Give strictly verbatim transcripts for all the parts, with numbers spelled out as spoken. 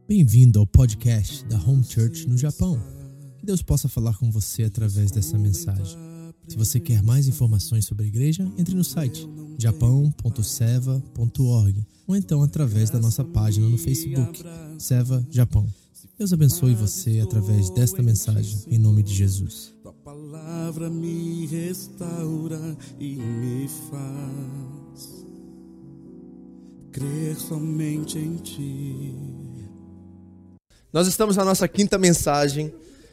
Bem-vindo ao podcast da Home Church no Japão. Que Deus possa falar com você através dessa mensagem. Se você quer mais informações sobre a igreja, entre no site japão ponto seva ponto org ou então através da nossa página no Facebook, Seva Japão. Deus abençoe você através desta mensagem, em nome de Jesus. Tua palavra me restaura e me faz crer somente em Ti. Nós estamos na nossa quinta mensagem,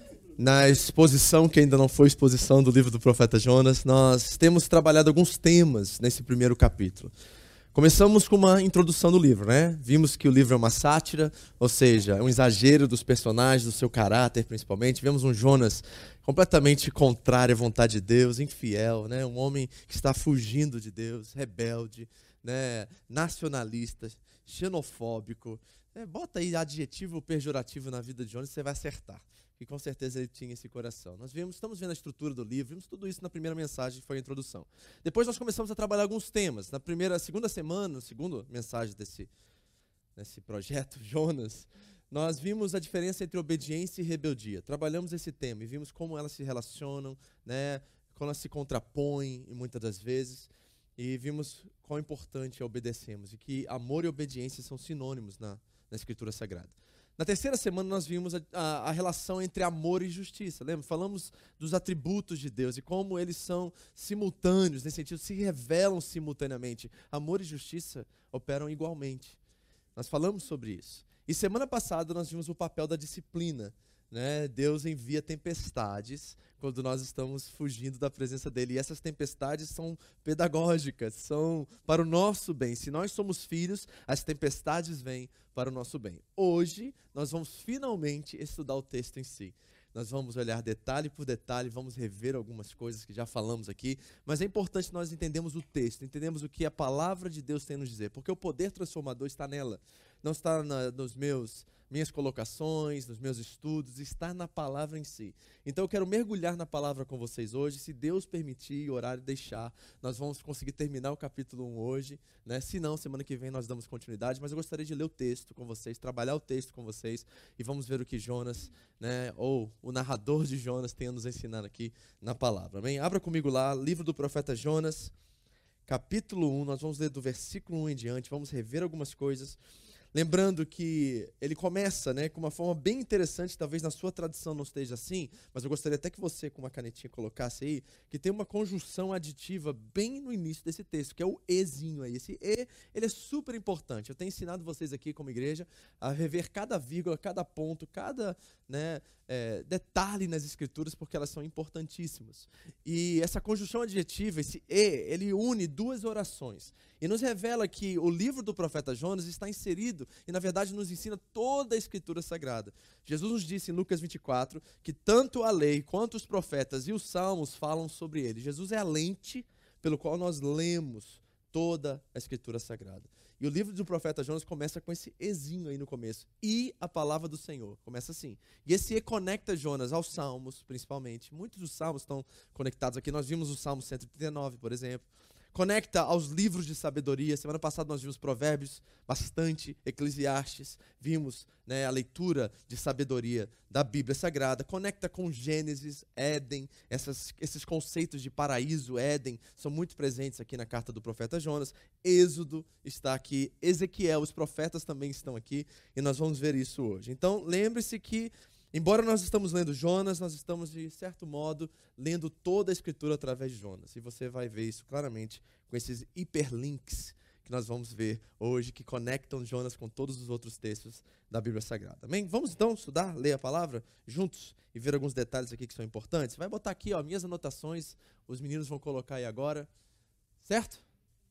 na exposição que ainda não foi exposição do livro do profeta Jonas. Nós temos trabalhado alguns temas nesse primeiro capítulo. Começamos com uma introdução do livro, né? Vimos que o livro é uma sátira, ou seja, é um exagero dos personagens, do seu caráter principalmente. Vemos um Jonas completamente contrário à vontade de Deus, infiel, né? Um homem que está fugindo de Deus, rebelde, né? Nacionalista, xenofóbico. É, bota aí adjetivo pejorativo na vida de Jonas e você vai acertar. E com certeza ele tinha esse coração. Nós vimos, estamos vendo a estrutura do livro, vimos tudo isso na primeira mensagem, que foi a introdução. Depois nós começamos a trabalhar alguns temas. Na primeira, segunda semana, na segunda mensagem desse, desse projeto, Jonas, nós vimos a diferença entre obediência e rebeldia. Trabalhamos esse tema e vimos como elas se relacionam, né, como elas se contrapõem, e muitas das vezes. E vimos quão importante é obedecermos e que amor e obediência são sinônimos na, na Escritura Sagrada. Na terceira semana nós vimos a, a, a relação entre amor e justiça. Lembra? Falamos dos atributos de Deus e como eles são simultâneos, nesse sentido, se revelam simultaneamente. Amor e justiça operam igualmente. Nós falamos sobre isso. E semana passada nós vimos o papel da disciplina. Né? Deus envia tempestades quando nós estamos fugindo da presença dele. E essas tempestades são pedagógicas, são para o nosso bem. Se nós somos filhos, as tempestades vêm para o nosso bem. Hoje, nós vamos finalmente estudar o texto em si. Nós vamos olhar detalhe por detalhe, vamos rever algumas coisas que já falamos aqui, mas é importante nós entendermos o texto, entendemos o que a palavra de Deus tem a nos dizer, porque o poder transformador está nela, não está na, nos meus... minhas colocações, nos meus estudos, está na palavra em si. Então eu quero mergulhar na palavra com vocês hoje, se Deus permitir, orar e deixar, nós vamos conseguir terminar o capítulo um hoje, né? Se não, semana que vem nós damos continuidade, mas eu gostaria de ler o texto com vocês, trabalhar o texto com vocês, e vamos ver o que Jonas, né, ou o narrador de Jonas tem a nos ensinar aqui na palavra, amém? Abra comigo lá, livro do profeta Jonas, capítulo um, nós vamos ler do versículo um em diante, vamos rever algumas coisas. Lembrando que ele começa, né, com uma forma bem interessante, talvez na sua tradição não esteja assim, mas eu gostaria até que você, com uma canetinha, colocasse aí, que tem uma conjunção aditiva bem no início desse texto, que é o ezinho aí. Esse e, ele é super importante. Eu tenho ensinado vocês aqui como igreja a rever cada vírgula, cada ponto, cada, né, é, detalhe nas escrituras, porque elas são importantíssimas. E essa conjunção adjetiva, esse e, ele une duas orações e nos revela que o livro do profeta Jonas está inserido e, na verdade, nos ensina toda a Escritura Sagrada. Jesus nos disse em Lucas vinte e quatro que tanto a lei quanto os profetas e os salmos falam sobre ele. Jesus é a lente pelo qual nós lemos toda a Escritura Sagrada. E o livro do profeta Jonas começa com esse ezinho aí no começo. E a palavra do Senhor. Começa assim. E esse e conecta Jonas aos salmos, principalmente. Muitos dos salmos estão conectados aqui. Nós vimos o Salmo cento e trinta e nove, por exemplo. Conecta aos livros de sabedoria. Semana passada nós vimos Provérbios, bastante, Eclesiastes, vimos, né, a leitura de sabedoria da Bíblia Sagrada. Conecta com Gênesis, Éden, essas, esses conceitos de paraíso, Éden, são muito presentes aqui na carta do profeta Jonas. Êxodo está aqui, Ezequiel, os profetas também estão aqui, e nós vamos ver isso hoje. Então, lembre-se que, embora nós estamos lendo Jonas, nós estamos, de certo modo, lendo toda a Escritura através de Jonas. E você vai ver isso claramente com esses hiperlinks que nós vamos ver hoje, que conectam Jonas com todos os outros textos da Bíblia Sagrada. Amém? Vamos então estudar, ler a palavra juntos e ver alguns detalhes aqui que são importantes. Vai botar aqui, ó, minhas anotações, os meninos vão colocar aí agora. Certo?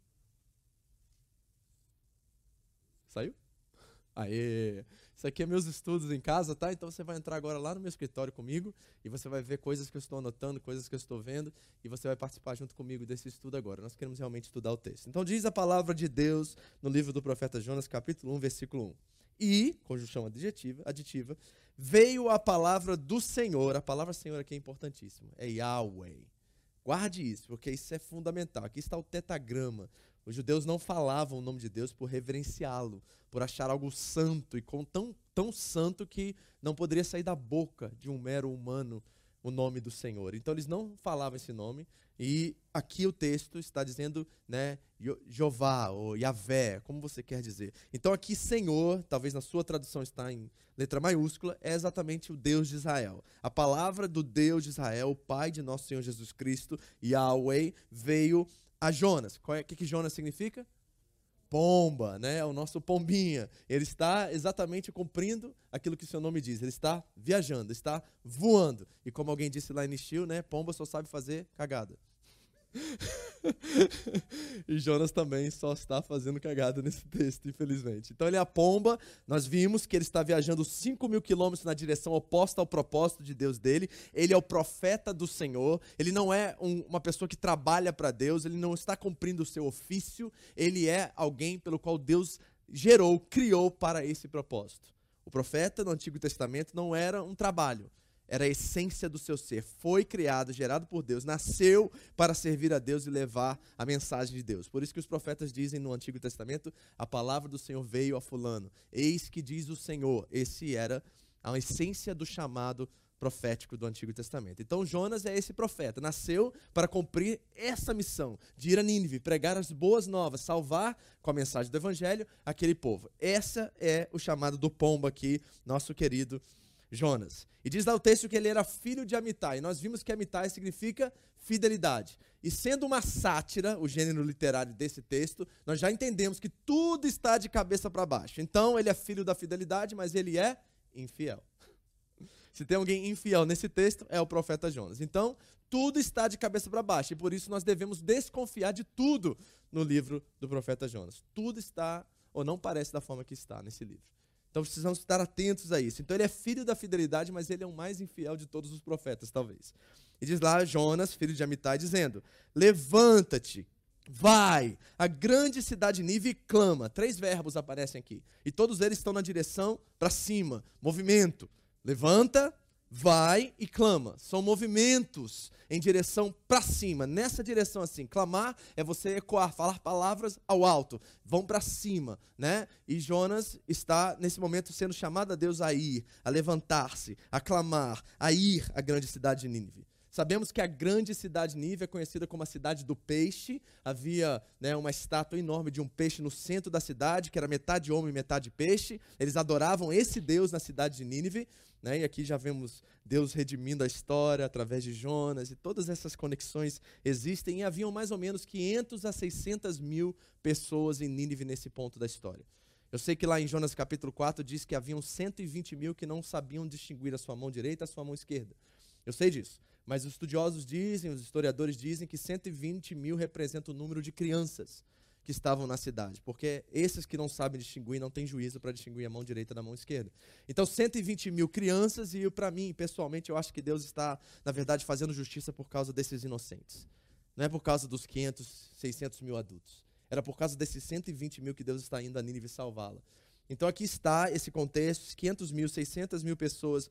Saiu? Aê! Isso aqui é meus estudos em casa, tá? Então você vai entrar agora lá no meu escritório comigo e você vai ver coisas que eu estou anotando, coisas que eu estou vendo, e você vai participar junto comigo desse estudo agora. Nós queremos realmente estudar o texto. Então diz a palavra de Deus no livro do profeta Jonas, capítulo um, versículo um. E, conjunção adjetiva, aditiva, veio a palavra do Senhor. A palavra Senhor aqui é importantíssima. É Yahweh. Guarde isso, porque isso é fundamental. Aqui está o tetagrama. Os judeus não falavam o nome de Deus por reverenciá-lo, por achar algo santo e com tão, tão tão santo que não poderia sair da boca de um mero humano o nome do Senhor. Então eles não falavam esse nome, e aqui o texto está dizendo, né, Jeová ou Yahvé, como você quer dizer. Então aqui Senhor, talvez na sua tradução está em letra maiúscula, é exatamente o Deus de Israel. A palavra do Deus de Israel, o Pai de nosso Senhor Jesus Cristo, Yahweh, veio a Jonas. O que, que Jonas significa? Pomba, né? O nosso pombinha. Ele está exatamente cumprindo aquilo que o seu nome diz. Ele está viajando, está voando. E como alguém disse lá em Nishio, né? Pomba só sabe fazer cagada. E Jonas também só está fazendo cagada nesse texto, infelizmente. Então ele é a pomba. Nós vimos que ele está viajando cinco mil quilômetros na direção oposta ao propósito de Deus dele. Ele é o profeta do Senhor. Ele não é um, uma pessoa que trabalha para Deus. Ele não está cumprindo o seu ofício. Ele é alguém pelo qual Deus gerou, criou para esse propósito. O profeta no Antigo Testamento não era um trabalho. Era a essência do seu ser. Foi criado, gerado por Deus, nasceu para servir a Deus e levar a mensagem de Deus. Por isso que os profetas dizem no Antigo Testamento, a palavra do Senhor veio a fulano. Eis que diz o Senhor. Esse era a essência do chamado profético do Antigo Testamento. Então Jonas é esse profeta. Nasceu para cumprir essa missão, de ir a Nínive, pregar as boas novas, salvar com a mensagem do Evangelho aquele povo. Essa é o chamado do pombo aqui, nosso querido Jonas. E diz lá o texto que ele era filho de Amitai. E nós vimos que Amitai significa fidelidade. E sendo uma sátira, o gênero literário desse texto, nós já entendemos que tudo está de cabeça para baixo. Então ele é filho da fidelidade, mas ele é infiel. Se tem alguém infiel nesse texto, é o profeta Jonas. Então, tudo está de cabeça para baixo. E por isso nós devemos desconfiar de tudo no livro do profeta Jonas. Tudo está, ou não parece da forma que está nesse livro. Então precisamos estar atentos a isso. Então ele é filho da fidelidade, mas ele é o mais infiel de todos os profetas, talvez. E diz lá Jonas, filho de Amitai, dizendo: levanta-te, vai, a grande cidade Nínive clama. Três verbos aparecem aqui. E todos eles estão na direção para cima, movimento. Levanta, vai e clama. São movimentos em direção para cima, nessa direção assim. Clamar é você ecoar, falar palavras ao alto, vão para cima, né? E Jonas está nesse momento sendo chamado a Deus a ir, a levantar-se, a clamar, a ir à grande cidade de Nínive. Sabemos que a grande cidade de Nínive é conhecida como a cidade do peixe. Havia, né, uma estátua enorme de um peixe no centro da cidade, que era metade homem e metade peixe. Eles adoravam esse Deus na cidade de Nínive. Né? E aqui já vemos Deus redimindo a história através de Jonas. E todas essas conexões existem. E haviam mais ou menos quinhentas a seiscentas mil pessoas em Nínive nesse ponto da história. Eu sei que lá em Jonas capítulo quatro diz que haviam cento e vinte mil que não sabiam distinguir a sua mão direita e a sua mão esquerda. Eu sei disso. Mas os estudiosos dizem, os historiadores dizem que cento e vinte mil representa o número de crianças que estavam na cidade. Porque esses que não sabem distinguir não têm juízo para distinguir a mão direita da mão esquerda. Então, cento e vinte mil crianças, e para mim, pessoalmente, eu acho que Deus está, na verdade, fazendo justiça por causa desses inocentes. Não é por causa dos quinhentos, seiscentos mil adultos. Era por causa desses cento e vinte mil que Deus está indo a Nínive salvá-la. Então, aqui está esse contexto, quinhentos mil, seiscentas mil pessoas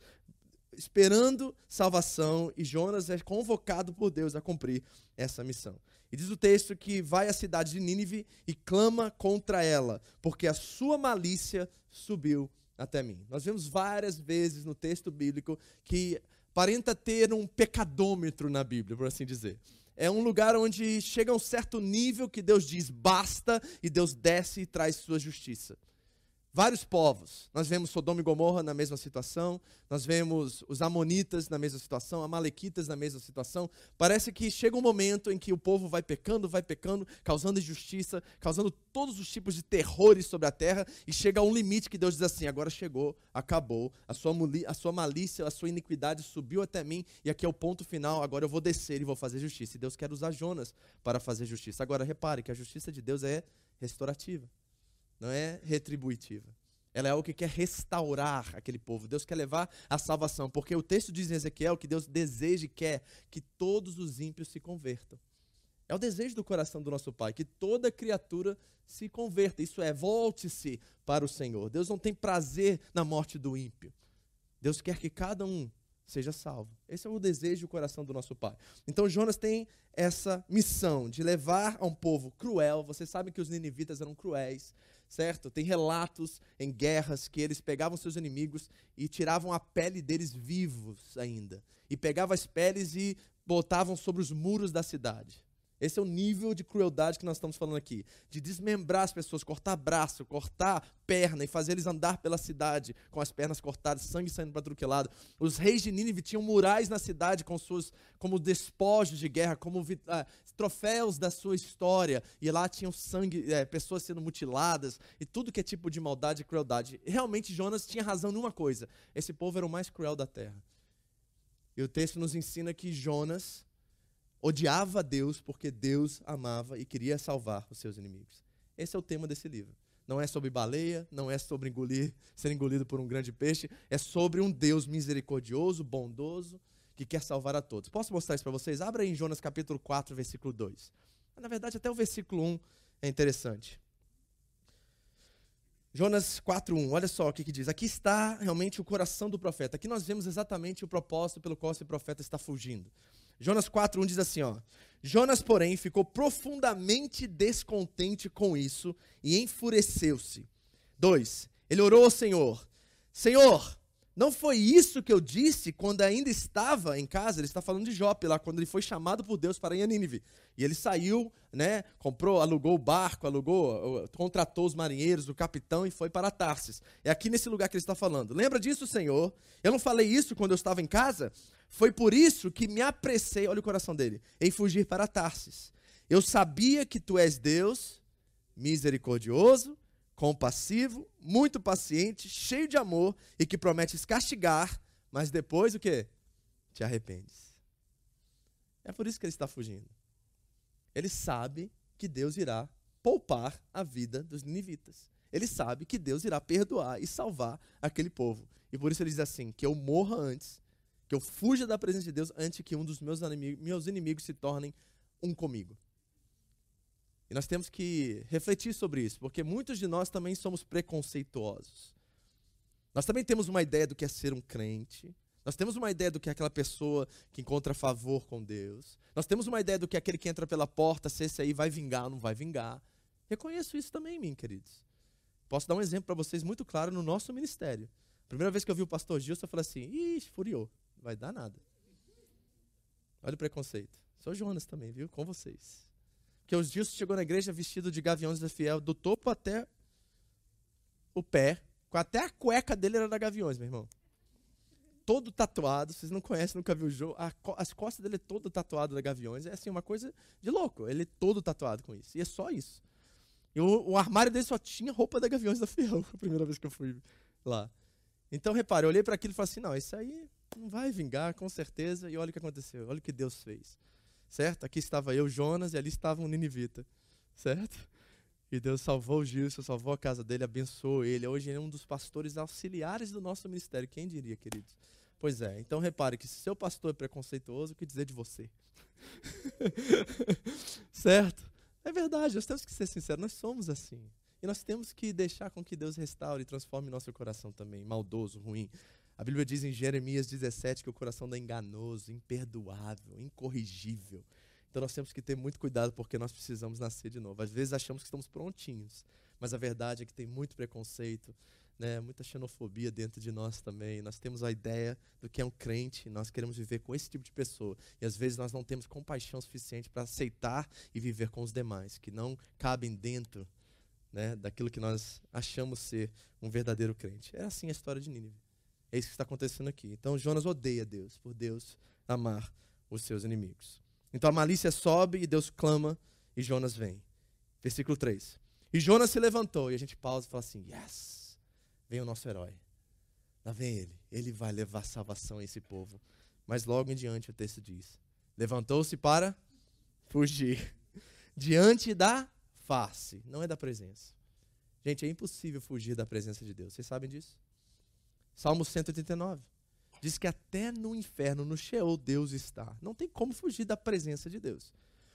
esperando salvação, e Jonas é convocado por Deus a cumprir essa missão. E diz o texto que vai à cidade de Nínive e clama contra ela, porque a sua malícia subiu até mim. Nós vemos várias vezes no texto bíblico que aparenta ter um pecadômetro na Bíblia, por assim dizer. É um lugar onde chega a um certo nível que Deus diz basta, e Deus desce e traz sua justiça. Vários povos, nós vemos Sodoma e Gomorra na mesma situação, nós vemos os amonitas na mesma situação, amalequitas na mesma situação. Parece que chega um momento em que o povo vai pecando, vai pecando, causando injustiça, causando todos os tipos de terrores sobre a terra, e chega a um limite que Deus diz assim: agora chegou, acabou, a sua, a sua malícia, a sua iniquidade subiu até mim, e aqui é o ponto final, agora eu vou descer e vou fazer justiça. E Deus quer usar Jonas para fazer justiça. Agora repare que a justiça de Deus é restaurativa. Não é retributiva. Ela é algo que quer restaurar aquele povo. Deus quer levar a salvação. Porque o texto diz em Ezequiel que Deus deseja e quer que todos os ímpios se convertam. É o desejo do coração do nosso Pai, que toda criatura se converta. Isso é, volte-se para o Senhor. Deus não tem prazer na morte do ímpio. Deus quer que cada um seja salvo. Esse é o desejo e o coração do nosso Pai. Então Jonas tem essa missão de levar a um povo cruel. Vocês sabem que os ninivitas eram cruéis, certo? Tem relatos em guerras que eles pegavam seus inimigos e tiravam a pele deles vivos ainda. E pegavam as peles e botavam sobre os muros da cidade. Esse é o nível de crueldade que nós estamos falando aqui. De desmembrar as pessoas, cortar braço, cortar perna e fazer eles andar pela cidade com as pernas cortadas, sangue saindo para tudo que é lado. Os reis de Nínive tinham murais na cidade com suas, como despojos de guerra, como ah, troféus da sua história. E lá tinham sangue, é, pessoas sendo mutiladas e tudo que é tipo de maldade e crueldade. Realmente Jonas tinha razão numa coisa. Esse povo era o mais cruel da terra. E o texto nos ensina que Jonas odiava Deus porque Deus amava e queria salvar os seus inimigos. Esse é o tema desse livro. Não é sobre baleia, não é sobre engolir, ser engolido por um grande peixe, é sobre um Deus misericordioso, bondoso, que quer salvar a todos. Posso mostrar isso para vocês? Abra aí em Jonas capítulo quatro, versículo dois. Na verdade, até o versículo um é interessante. Jonas quatro, um, olha só o que, que diz. Aqui está realmente o coração do profeta. Aqui nós vemos exatamente o propósito pelo qual esse profeta está fugindo. Jonas quatro, um diz assim, ó. Jonas, porém, ficou profundamente descontente com isso e enfureceu-se. dois. Ele orou ao Senhor. Senhor, não foi isso que eu disse quando ainda estava em casa? Ele está falando de Jope lá, quando ele foi chamado por Deus para ir a Nínive. E ele saiu, né, comprou, alugou o barco, alugou, contratou os marinheiros, o capitão e foi para Tarsis. É aqui nesse lugar que ele está falando. Lembra disso, Senhor? Eu não falei isso quando eu estava em casa? Foi por isso que me apressei, olha o coração dele, em fugir para Tarsis. Eu sabia que tu és Deus, misericordioso, compassivo, muito paciente, cheio de amor e que prometes castigar, mas depois o quê? Te arrependes. É por isso que ele está fugindo. Ele sabe que Deus irá poupar a vida dos ninivitas. Ele sabe que Deus irá perdoar e salvar aquele povo. E por isso ele diz assim, que eu morra antes, que eu fuja da presença de Deus antes que um dos meus inimigos, meus inimigos se tornem um comigo. E nós temos que refletir sobre isso, porque muitos de nós também somos preconceituosos. Nós também temos uma ideia do que é ser um crente. Nós temos uma ideia do que é aquela pessoa que encontra favor com Deus. Nós temos uma ideia do que é aquele que entra pela porta, se esse aí vai vingar ou não vai vingar. Reconheço isso também, meus queridos. Posso dar um exemplo para vocês muito claro no nosso ministério. A primeira vez que eu vi o pastor Gilson, eu falei assim, ixi, furiou, não vai dar nada. Olha o preconceito. Sou Jonas também, viu? Com vocês. Porque o Gilson chegou na igreja vestido de Gaviões da Fiel, do topo até o pé, até a cueca dele era da Gaviões, meu irmão. Todo tatuado, vocês não conhecem, nunca viu o João, as costas dele é todo tatuado da Gaviões, é assim, uma coisa de louco, ele é todo tatuado com isso, e é só isso. E o, o armário dele só tinha roupa da Gaviões da Fiel, a primeira vez que eu fui lá. Então, repare, eu olhei para aquilo e falei assim, não, isso aí não vai vingar, com certeza, e olha o que aconteceu, olha o que Deus fez. Certo? Aqui estava eu, Jonas, e ali estava um ninivita, certo? E Deus salvou o Gilson, salvou a casa dele, abençoou ele. Hoje ele é um dos pastores auxiliares do nosso ministério. Quem diria, queridos? Pois é, então repare que se seu pastor é preconceituoso, o que dizer de você? Certo? É verdade, nós temos que ser sinceros, nós somos assim. E nós temos que deixar com que Deus restaure e transforme nosso coração também, maldoso, ruim. A Bíblia diz em Jeremias dezessete que o coração é enganoso, imperdoável, incorrigível. Então nós temos que ter muito cuidado porque nós precisamos nascer de novo. Às vezes achamos que estamos prontinhos, mas a verdade é que tem muito preconceito, né, muita xenofobia dentro de nós também. Nós temos a ideia do que é um crente, nós queremos viver com esse tipo de pessoa. E às vezes nós não temos compaixão suficiente para aceitar e viver com os demais, que não cabem dentro, né, daquilo que nós achamos ser um verdadeiro crente. É assim a história de Nínive. É isso que está acontecendo aqui. Então Jonas odeia Deus, por Deus amar os seus inimigos. Então a malícia sobe e Deus clama e Jonas vem. Versículo três. E Jonas se levantou e a gente pausa e fala assim, yes, vem o nosso herói. Lá vem ele, ele vai levar salvação a esse povo. Mas logo em diante o texto diz, levantou-se para fugir diante da face, não é da presença. Gente, é impossível fugir da presença de Deus, vocês sabem disso? Salmo cento e oitenta e nove. Diz que até no inferno, no Sheol, Deus está. Não tem como fugir da presença de Deus.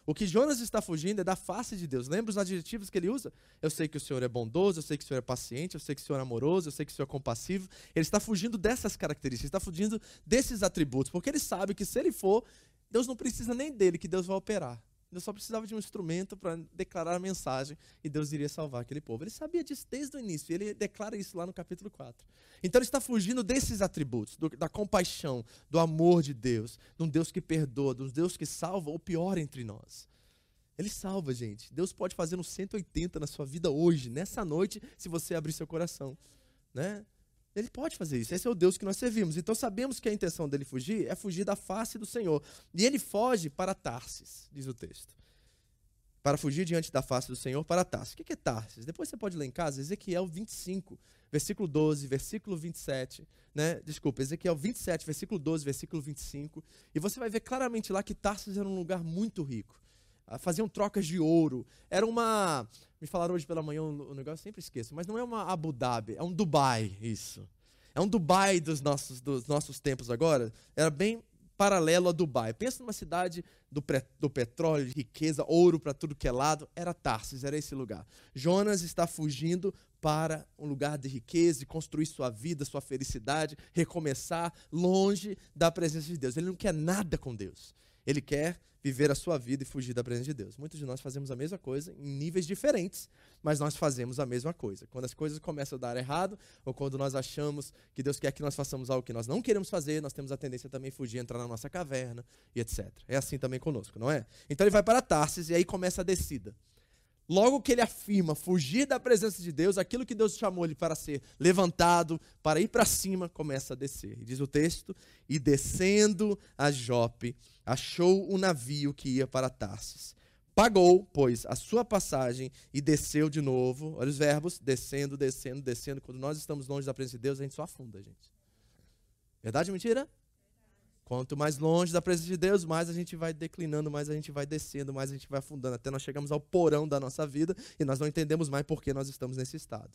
O que Jonas está fugindo é da face de Deus. Lembra os adjetivos que ele usa? Eu sei que o Senhor é bondoso, eu sei que o Senhor é paciente, eu sei que o Senhor é amoroso, eu sei que o Senhor é compassivo. Ele está fugindo dessas características, ele está fugindo desses atributos, porque ele sabe que se ele for, Deus não precisa nem dele, que Deus vai operar. Deus só precisava de um instrumento para declarar a mensagem e Deus iria salvar aquele povo. Ele sabia disso desde o início e ele declara isso lá no capítulo quatro. Então ele está fugindo desses atributos, do, da compaixão, do amor de Deus, de um Deus que perdoa, de um Deus que salva o pior entre nós. Ele salva, gente. Deus pode fazer um cento e oitenta na sua vida hoje, nessa noite, se você abrir seu coração, né? Ele pode fazer isso. Esse é o Deus que nós servimos. Então sabemos que a intenção dele fugir é fugir da face do Senhor. E ele foge para Tarsis, diz o texto. Para fugir diante da face do Senhor para Tarsis. O que é Tarsis? Depois você pode ler em casa, Ezequiel vinte e cinco, versículo doze, versículo vinte e sete. Né? Desculpa, Ezequiel vinte e sete, versículo doze, versículo vinte e cinco. E você vai ver claramente lá que Tarsis era um lugar muito rico. Faziam trocas de ouro. Era uma... Me falaram hoje pela manhã um negócio, eu sempre esqueço, mas não é uma Abu Dhabi, é um Dubai, isso. É um Dubai dos nossos, dos nossos tempos agora. Era bem paralelo a Dubai. Pensa numa cidade do, pre, do petróleo, de riqueza, ouro para tudo que é lado. Era Tarsis, era esse lugar. Jonas está fugindo para um lugar de riqueza, de construir sua vida, sua felicidade, recomeçar longe da presença de Deus. Ele não quer nada com Deus. Ele quer viver a sua vida e fugir da presença de Deus. Muitos de nós fazemos a mesma coisa em níveis diferentes, mas nós fazemos a mesma coisa. Quando as coisas começam a dar errado, ou quando nós achamos que Deus quer que nós façamos algo que nós não queremos fazer, nós temos a tendência também a fugir, entrar na nossa caverna e etcétera. É assim também conosco, não é? Então ele vai para Tarsis e aí começa a descida. Logo que ele afirma fugir da presença de Deus, aquilo que Deus chamou ele para ser levantado, para ir para cima, começa a descer. E diz o texto, e descendo a Jope, achou um navio que ia para Tarsis. Pagou, pois, a sua passagem e desceu de novo. Olha os verbos, descendo, descendo, descendo. Quando nós estamos longe da presença de Deus, a gente só afunda, gente. Verdade ou mentira? Quanto mais longe da presença de Deus, mais a gente vai declinando, mais a gente vai descendo, mais a gente vai afundando, até nós chegamos ao porão da nossa vida e nós não entendemos mais por que nós estamos nesse estado.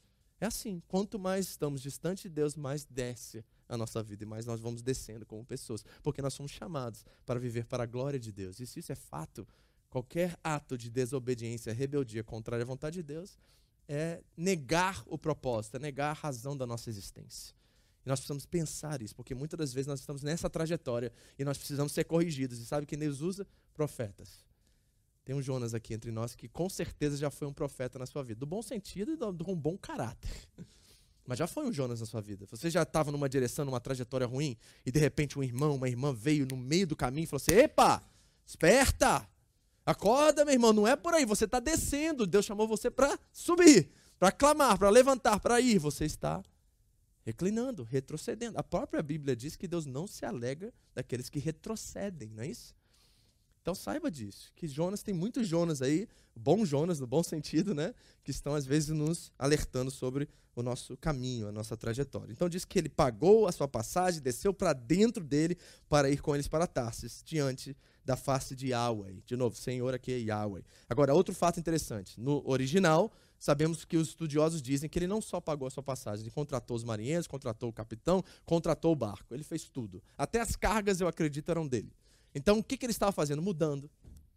É assim, quanto mais estamos distante de Deus, mais desce a nossa vida e mais nós vamos descendo como pessoas, porque nós somos chamados para viver para a glória de Deus. E se isso é fato, qualquer ato de desobediência, rebeldia contrária à vontade de Deus é negar o propósito, é negar a razão da nossa existência. E nós precisamos pensar isso, porque muitas das vezes nós estamos nessa trajetória e nós precisamos ser corrigidos. E sabe quem Deus usa? Profetas. Tem um Jonas aqui entre nós que com certeza já foi um profeta na sua vida. Do bom sentido e de um bom caráter. Mas já foi um Jonas na sua vida. Você já estava numa direção, numa trajetória ruim e de repente um irmão, uma irmã veio no meio do caminho e falou assim, epa, esperta, acorda meu irmão, não é por aí, você está descendo. Deus chamou você para subir, para clamar, para levantar, para ir. Você está reclinando, retrocedendo. A própria Bíblia diz que Deus não se alegra daqueles que retrocedem, não é isso? Então saiba disso, que Jonas, tem muitos Jonas aí, bom Jonas no bom sentido, né? Que estão às vezes nos alertando sobre o nosso caminho, a nossa trajetória. Então diz que ele pagou a sua passagem, desceu para dentro dele para ir com eles para Tarsis, diante da face de Yahweh. De novo, Senhor aqui é Yahweh. Agora, outro fato interessante, no original, sabemos que os estudiosos dizem que ele não só pagou a sua passagem, ele contratou os marinheiros, contratou o capitão, contratou o barco, ele fez tudo. Até as cargas, eu acredito, eram dele. Então, o que, que ele estava fazendo? Mudando.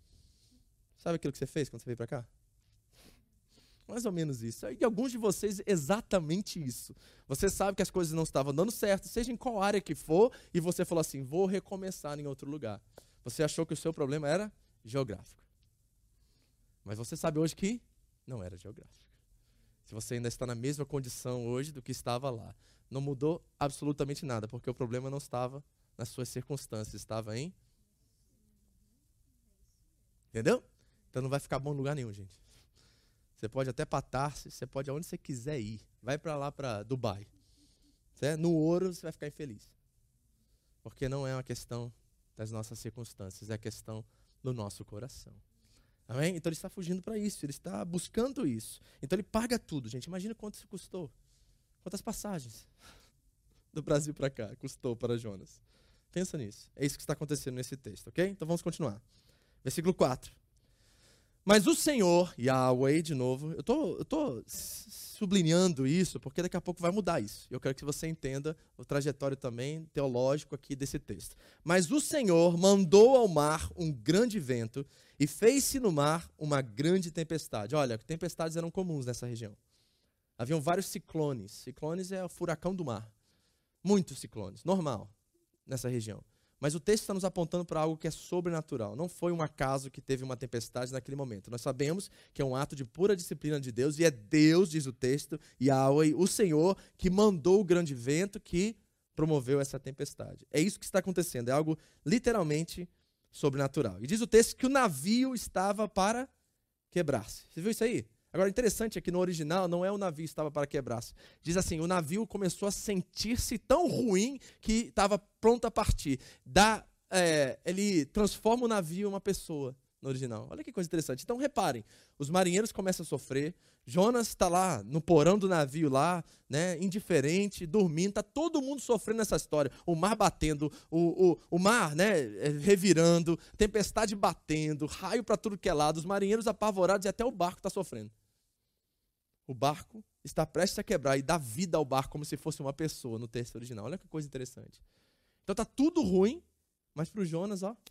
Sabe aquilo que você fez quando você veio para cá? Mais ou menos isso. E alguns de vocês, exatamente isso. Você sabe que as coisas não estavam dando certo, seja em qual área que for, e você falou assim, vou recomeçar em outro lugar. Você achou que o seu problema era geográfico. Mas você sabe hoje que não era geográfico. Se você ainda está na mesma condição hoje do que estava lá, não mudou absolutamente nada, porque o problema não estava nas suas circunstâncias, estava em... Entendeu? Então não vai ficar bom em lugar nenhum, gente. Você pode até para Tarsis, você pode aonde você quiser ir. Vai para lá, para Dubai. Certo? No ouro você vai ficar infeliz. Porque não é uma questão das nossas circunstâncias, é a questão do nosso coração. Amém? Então ele está fugindo para isso, ele está buscando isso. Então ele paga tudo, gente. Imagina quanto isso custou. Quantas passagens do Brasil para cá custou para Jonas. Pensa nisso. É isso que está acontecendo nesse texto, ok? Então vamos continuar. Versículo quatro. Mas o Senhor, Yahweh, de novo, eu tô, estou sublinhando isso, porque daqui a pouco vai mudar isso. Eu quero que você entenda o trajetório também teológico aqui desse texto. Mas o Senhor mandou ao mar um grande vento, E fez-se no mar uma grande tempestade. Olha, tempestades eram comuns nessa região. Haviam vários ciclones. Ciclones é o furacão do mar. Muitos ciclones, normal, nessa região. Mas o texto está nos apontando para algo que é sobrenatural. Não foi um acaso que teve uma tempestade naquele momento. Nós sabemos que é um ato de pura disciplina de Deus, e é Deus, diz o texto, Yahweh, o Senhor, que mandou o grande vento que promoveu essa tempestade. É isso que está acontecendo, é algo literalmente sobrenatural. E diz o texto que o navio estava para quebrar-se. Você viu isso aí? Agora, interessante é que no original não é o navio que estava para quebrar-se. Diz assim, o navio começou a sentir-se tão ruim que estava pronto a partir. Dá, é, ele transforma o navio em uma pessoa no original. Olha que coisa interessante. Então, reparem, os marinheiros começam a sofrer, Jonas está lá no porão do navio, lá, né, indiferente, dormindo, está todo mundo sofrendo nessa história. O mar batendo, o, o, o mar, né, revirando, tempestade batendo, raio para tudo que é lado, os marinheiros apavorados e até o barco está sofrendo. O barco está prestes a quebrar e dá vida ao barco como se fosse uma pessoa no texto original. Olha que coisa interessante. Então está tudo ruim, mas para o Jonas, ó,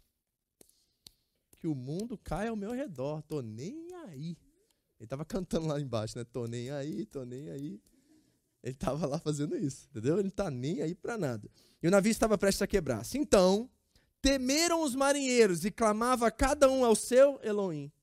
que o mundo cai ao meu redor, tô nem aí. Ele estava cantando lá embaixo, né? Tô nem aí, tô nem aí. Ele estava lá fazendo isso, entendeu? Ele não está nem aí para nada. E o navio estava prestes a quebrar-se. Então, temeram os marinheiros e clamava cada um ao seu Elohim.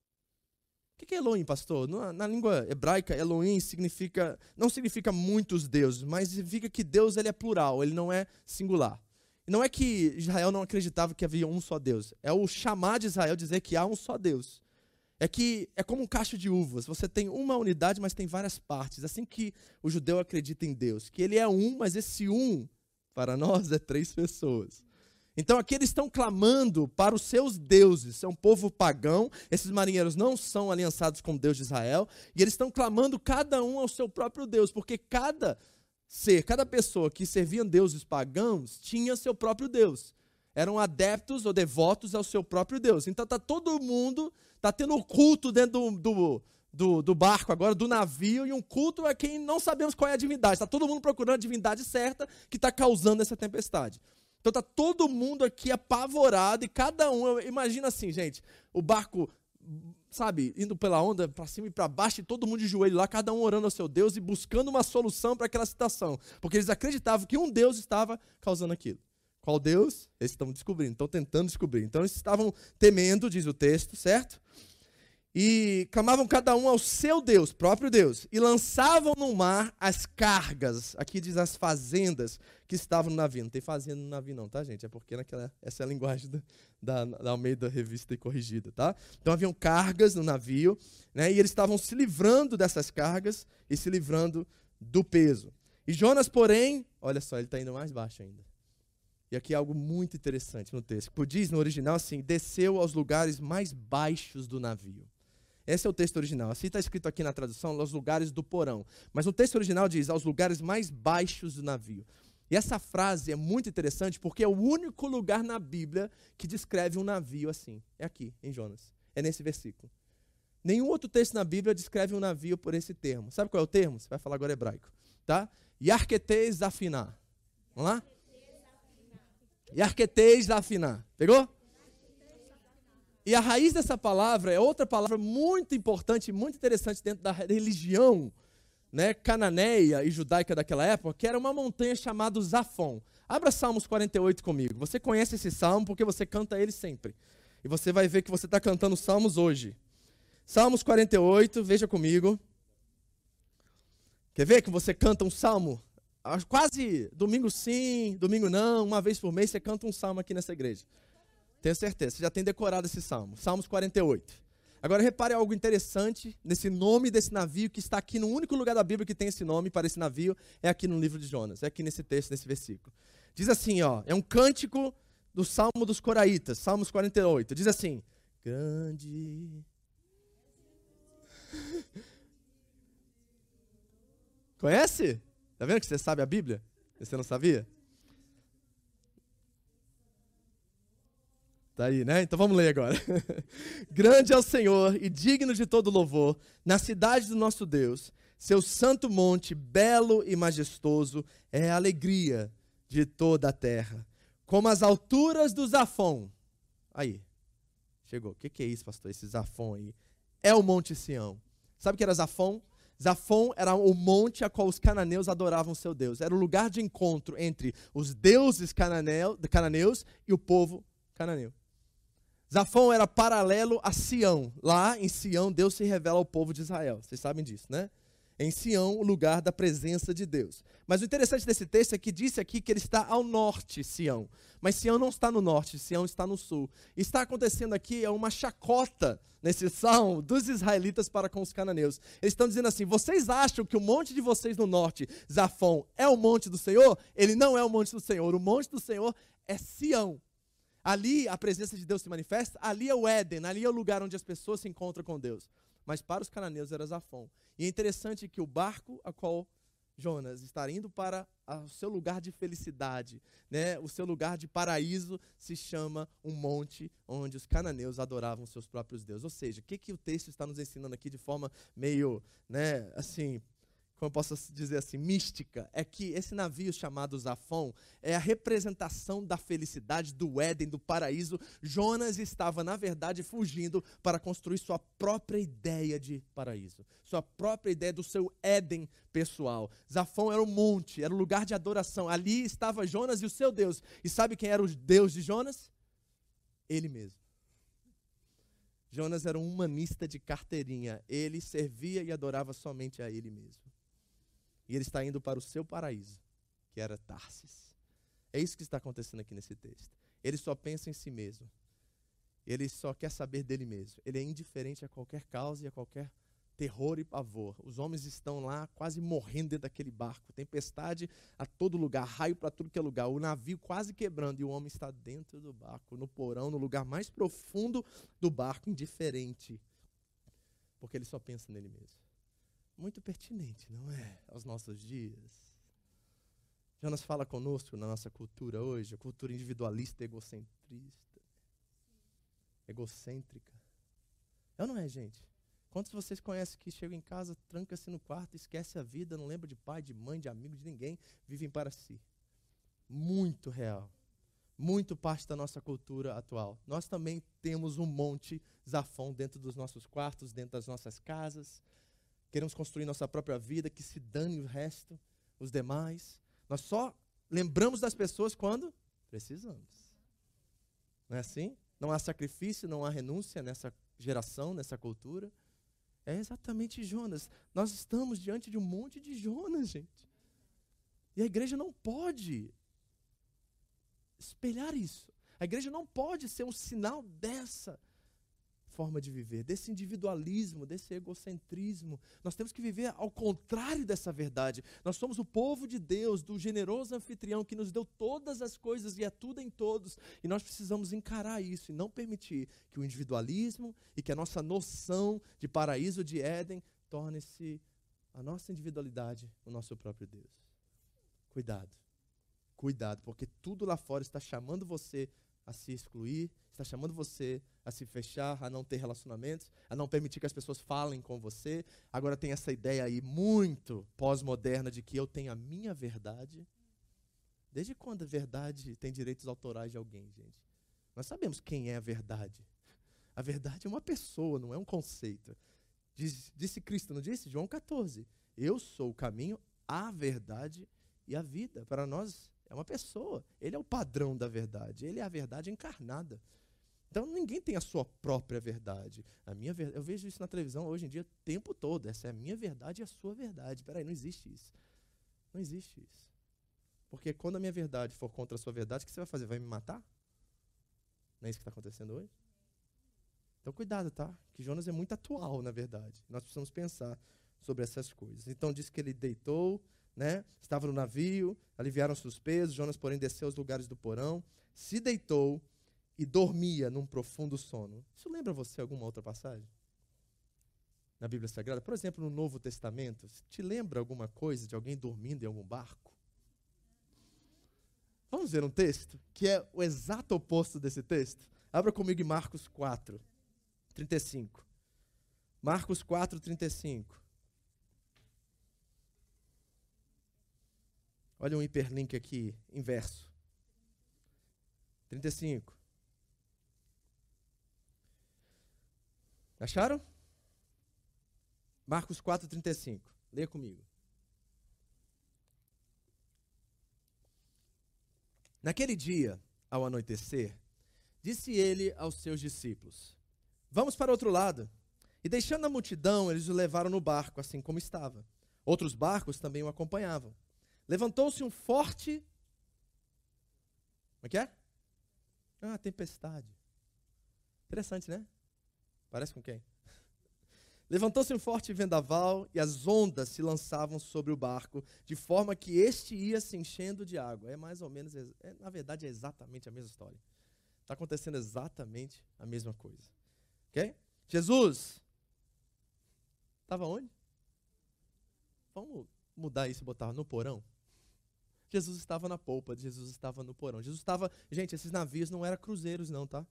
O que é Elohim, pastor? Na, na língua hebraica, Elohim significa, não significa muitos deuses, mas significa que Deus ele é plural, ele não é singular. Não é que Israel não acreditava que havia um só Deus. É o chamar de Israel dizer que há um só Deus. É que é como um cacho de uvas. Você tem uma unidade, mas tem várias partes. Assim que o judeu acredita em Deus. Que ele é um, mas esse um, para nós, é três pessoas. Então aqui eles estão clamando para os seus deuses. É um povo pagão. Esses marinheiros não são aliançados com o Deus de Israel. E eles estão clamando cada um ao seu próprio Deus. Porque cada ser, cada pessoa que servia deuses pagãos tinha seu próprio Deus. Eram adeptos ou devotos ao seu próprio Deus. Então está todo mundo, está tendo um culto dentro do, do, do, do barco agora, do navio, e um culto a quem não sabemos qual é a divindade. Está todo mundo procurando a divindade certa que está causando essa tempestade. Então está todo mundo aqui apavorado e cada um, imagina assim, gente, o barco, sabe, indo pela onda para cima e para baixo e todo mundo de joelho lá, cada um orando ao seu Deus e buscando uma solução para aquela situação. Porque eles acreditavam que um Deus estava causando aquilo. Qual Deus? Eles estão descobrindo, estão tentando descobrir. Então eles estavam temendo, diz o texto, certo? E clamavam cada um ao seu Deus, próprio Deus, e lançavam no mar as cargas, aqui diz as fazendas que estavam no navio. Não tem fazenda no navio não, tá, gente? É porque naquela, essa é a linguagem da, da, da Almeida Revista e Corrigida, tá? Então haviam cargas no navio, né? E eles estavam se livrando dessas cargas e se livrando do peso. E Jonas, porém, olha só, ele está indo mais baixo ainda. E aqui é algo muito interessante no texto. Diz no original assim, desceu aos lugares mais baixos do navio. Esse é o texto original. Assim está escrito aqui na tradução, aos lugares do porão. Mas no texto original diz, aos lugares mais baixos do navio. E essa frase é muito interessante porque é o único lugar na Bíblia que descreve um navio assim. É aqui, em Jonas. É nesse versículo. Nenhum outro texto na Bíblia descreve um navio por esse termo. Sabe qual é o termo? Você vai falar agora hebraico. Tá? Yarketes afiná. Vamos lá? Yarketes afiná. Pegou? E a raiz dessa palavra é outra palavra muito importante, muito interessante dentro da religião, né, cananeia e judaica daquela época, que era uma montanha chamada Zafon. Abra Salmos quarenta e oito comigo. Você conhece esse salmo porque você canta ele sempre. E você vai ver que você está cantando salmos hoje. Salmos quarenta e oito, veja comigo. Quer ver que você canta um salmo? Quase domingo sim, domingo não, uma vez por mês você canta um salmo aqui nessa igreja. Tenho certeza, você já tem decorado esse salmo. Salmos quarenta e oito. Agora repare algo interessante nesse nome desse navio que está aqui no único lugar da Bíblia que tem esse nome para esse navio, é aqui no livro de Jonas, é aqui nesse texto, nesse versículo. Diz assim, ó, é um cântico do Salmo dos Coraitas, Salmos quarenta e oito. Diz assim, grande... Conhece? Tá vendo que você sabe a Bíblia? Você não sabia? Tá aí, né? Então vamos ler agora. Grande é o Senhor e digno de todo louvor, na cidade do nosso Deus, seu santo monte, belo e majestoso, é a alegria de toda a terra. Como as alturas do Zafon. Aí. Chegou. O que, que é isso, pastor? Esse Zafon aí. É o Monte Sião. Sabe o que era Zafon? Zafon era o monte a qual os cananeus adoravam seu Deus. Era o lugar de encontro entre os deuses cananeu, cananeus e o povo cananeu. Zafon era paralelo a Sião. Lá em Sião, Deus se revela ao povo de Israel. Vocês sabem disso, né? Em Sião, o lugar da presença de Deus. Mas o interessante desse texto é que disse aqui que ele está ao norte, Sião. Mas Sião não está no norte, Sião está no sul. E está acontecendo aqui é uma chacota nesse salmo dos israelitas para com os cananeus. Eles estão dizendo assim, vocês acham que o monte de vocês no norte, Zafon, é o monte do Senhor? Ele não é o monte do Senhor. O monte do Senhor é Sião. Ali a presença de Deus se manifesta, ali é o Éden, ali é o lugar onde as pessoas se encontram com Deus. Mas para os cananeus era Zafon. E é interessante que o barco a qual Jonas está indo para o seu lugar de felicidade, né? O seu lugar de paraíso se chama um monte onde os cananeus adoravam seus próprios deuses. Ou seja, o que, que o texto está nos ensinando aqui de forma meio, né, assim, como eu posso dizer assim, mística, é que esse navio chamado Zafon é a representação da felicidade, do Éden, do paraíso. Jonas estava, na verdade, fugindo para construir sua própria ideia de paraíso, sua própria ideia do seu Éden pessoal. Zafon era o monte, era o lugar de adoração. Ali estava Jonas e o seu Deus. E sabe quem era o Deus de Jonas? Ele mesmo. Jonas era um humanista de carteirinha. Ele servia e adorava somente a ele mesmo. E ele está indo para o seu paraíso, que era Tarsis. É isso que está acontecendo aqui nesse texto. Ele só pensa em si mesmo. Ele só quer saber dele mesmo. Ele é indiferente a qualquer causa e a qualquer terror e pavor. Os homens estão lá quase morrendo dentro daquele barco. Tempestade a todo lugar, raio para tudo que é lugar. O navio quase quebrando e o homem está dentro do barco, no porão, no lugar mais profundo do barco, indiferente. Porque ele só pensa nele mesmo. Muito pertinente, não é? Aos nossos dias. Jonas fala conosco na nossa cultura hoje, a cultura individualista, egocentrista. Egocêntrica. É ou não é, gente? Quantos de vocês conhecem que chegam em casa, tranca-se no quarto, esquece a vida, não lembra de pai, de mãe, de amigo, de ninguém, vivem para si? Muito real. Muito parte da nossa cultura atual. Nós também temos um monte Zafon dentro dos nossos quartos, dentro das nossas casas. Queremos construir nossa própria vida, que se dane o resto, os demais. Nós só lembramos das pessoas quando precisamos. Não é assim? Não há sacrifício, não há renúncia nessa geração, nessa cultura. É exatamente Jonas. Nós estamos diante de um monte de Jonas, gente. E a igreja não pode espelhar isso. A igreja não pode ser um sinal dessa forma de viver, desse individualismo, desse egocentrismo. Nós temos que viver ao contrário dessa verdade. Nós somos o povo de Deus, do generoso anfitrião que nos deu todas as coisas e é tudo em todos. E nós precisamos encarar isso e não permitir que o individualismo e que a nossa noção de paraíso, de Éden, torne-se a nossa individualidade, o nosso próprio Deus. Cuidado. Cuidado, porque tudo lá fora está chamando você a se excluir, está chamando você a se fechar, a não ter relacionamentos, a não permitir que as pessoas falem com você. Agora tem essa ideia aí muito pós-moderna de que eu tenho a minha verdade. Desde quando a verdade tem direitos autorais de alguém, gente? Nós sabemos quem é a verdade. A verdade é uma pessoa, não é um conceito. Diz, disse Cristo, não disse? João catorze. Eu sou o caminho, a verdade e a vida. Para nós é uma pessoa. Ele é o padrão da verdade. Ele é a verdade encarnada. Então ninguém tem a sua própria verdade. A minha ver... Eu vejo isso na televisão hoje em dia o tempo todo. Essa é a minha verdade e a sua verdade. Espera aí, não existe isso. Não existe isso. Porque quando a minha verdade for contra a sua verdade, o que você vai fazer? Vai me matar? Não é isso que está acontecendo hoje? Então cuidado, tá? Que Jonas é muito atual, na verdade. Nós precisamos pensar sobre essas coisas. Então diz que ele deitou, né? Estava no navio, aliviaram-se os pesos. Jonas, porém, desceu aos lugares do porão, se deitou e dormia num profundo sono. Isso lembra você alguma outra passagem? Na Bíblia Sagrada? Por exemplo, no Novo Testamento, te lembra alguma coisa de alguém dormindo em algum barco? Vamos ver um texto que é o exato oposto desse texto? Abra comigo em Marcos quatro, trinta e cinco. Marcos quatro, trinta e cinco. Olha um hiperlink aqui, inverso. trinta e cinco. Acharam? Marcos quatro, trinta e cinco. Leia comigo. Naquele dia, ao anoitecer, disse ele aos seus discípulos: vamos para outro lado. E deixando a multidão, eles o levaram no barco, assim como estava. Outros barcos também o acompanhavam. Levantou-se um forte... Como é que é? Ah, tempestade. Interessante, né? Parece com quem? Levantou-se um forte vendaval e as ondas se lançavam sobre o barco, de forma que este ia se enchendo de água. É mais ou menos, é, na verdade é exatamente a mesma história. Está acontecendo exatamente a mesma coisa. Ok? Jesus estava onde? Vamos mudar isso e botar no porão? Jesus estava na polpa, Jesus estava no porão. Jesus estava... Gente, esses navios não eram cruzeiros não, tá?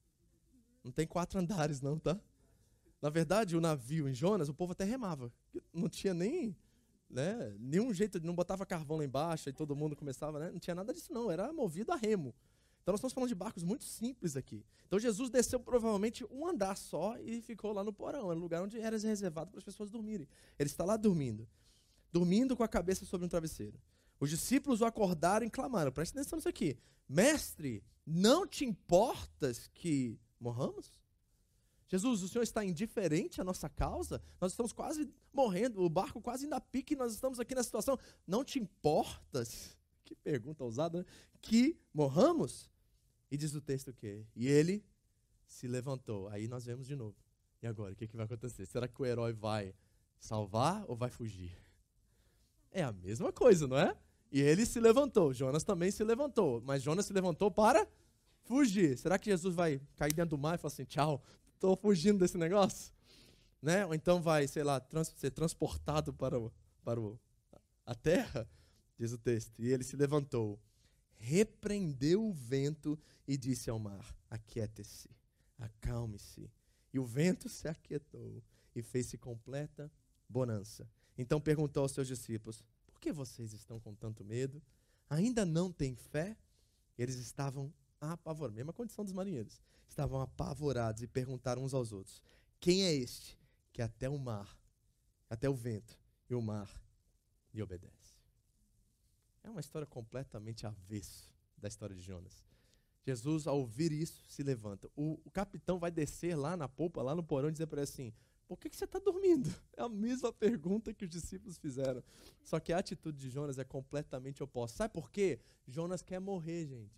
Não tem quatro andares não, tá? Na verdade, o navio em Jonas, o povo até remava. Não tinha nem... Né, nenhum jeito, não botava carvão lá embaixo e todo mundo começava, né? Não tinha nada disso não, era movido a remo. Então nós estamos falando de barcos muito simples aqui. Então Jesus desceu provavelmente um andar só e ficou lá no porão, era um lugar onde era reservado para as pessoas dormirem. Ele está lá dormindo, dormindo com a cabeça sobre um travesseiro. Os discípulos o acordaram e clamaram, presta atenção nisso aqui: mestre, não te importas que morramos? Jesus, o Senhor está indiferente à nossa causa? Nós estamos quase morrendo, o barco quase indo a pique, nós estamos aqui na situação. Não te importas? Que pergunta ousada, né? Que morramos? E diz o texto o quê? E ele se levantou. Aí nós vemos de novo. E agora, o que, que vai acontecer? Será que o herói vai salvar ou vai fugir? É a mesma coisa, não é? E ele se levantou. Jonas também se levantou. Mas Jonas se levantou para fugir. Será que Jesus vai cair dentro do mar e falar assim, tchau, estou fugindo desse negócio? Né? Ou então vai, sei lá, trans, ser transportado para, o, para o, a terra? Diz o texto. E ele se levantou, repreendeu o vento e disse ao mar, aquiete-se, acalme-se. E o vento se aquietou e fez-se completa bonança. Então perguntou aos seus discípulos, por que vocês estão com tanto medo? Ainda não têm fé? Eles estavam apavorados, mesma condição dos marinheiros. Estavam apavorados e perguntaram uns aos outros, quem é este que até o mar, até o vento e o mar lhe obedece? É uma história completamente avesso da história de Jonas. Jesus, ao ouvir isso, se levanta. O, o capitão vai descer lá na polpa, lá no porão, e dizer para ele assim, por que, que você está dormindo? É a mesma pergunta que os discípulos fizeram. Só que a atitude de Jonas é completamente oposta. Sabe por quê? Jonas quer morrer, gente.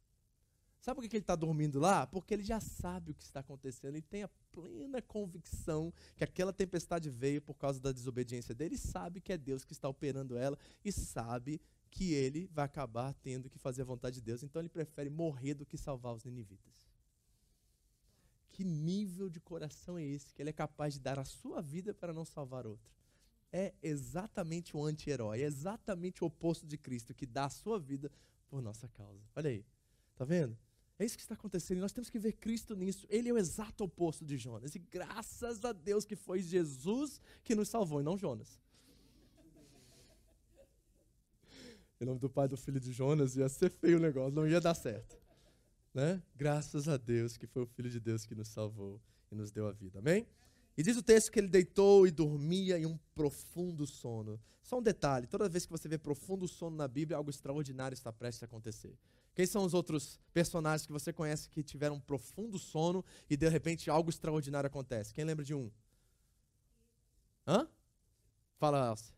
Sabe por que, que ele está dormindo lá? Porque ele já sabe o que está acontecendo. Ele tem a plena convicção que aquela tempestade veio por causa da desobediência dele. E sabe que é Deus que está operando ela. E sabe que ele vai acabar tendo que fazer a vontade de Deus. Então ele prefere morrer do que salvar os ninivitas. Que nível de coração é esse? Que ele é capaz de dar a sua vida para não salvar outro. É exatamente o anti-herói. É exatamente o oposto de Cristo, que dá a sua vida por nossa causa. Olha aí. Tá vendo? É isso que está acontecendo. E nós temos que ver Cristo nisso. Ele é o exato oposto de Jonas. E graças a Deus que foi Jesus que nos salvou e não Jonas. Em nome do Pai, do Filho e de Jonas, ia ser feio o negócio, não ia dar certo. Né? Graças a Deus que foi o Filho de Deus que nos salvou e nos deu a vida. Amém? E diz o texto que ele deitou e dormia em um profundo sono. Só um detalhe, toda vez que você vê profundo sono na Bíblia, algo extraordinário está prestes a acontecer. Quem são os outros personagens que você conhece que tiveram um profundo sono e de repente algo extraordinário acontece? Quem lembra de um? Hã? Fala, Elcia.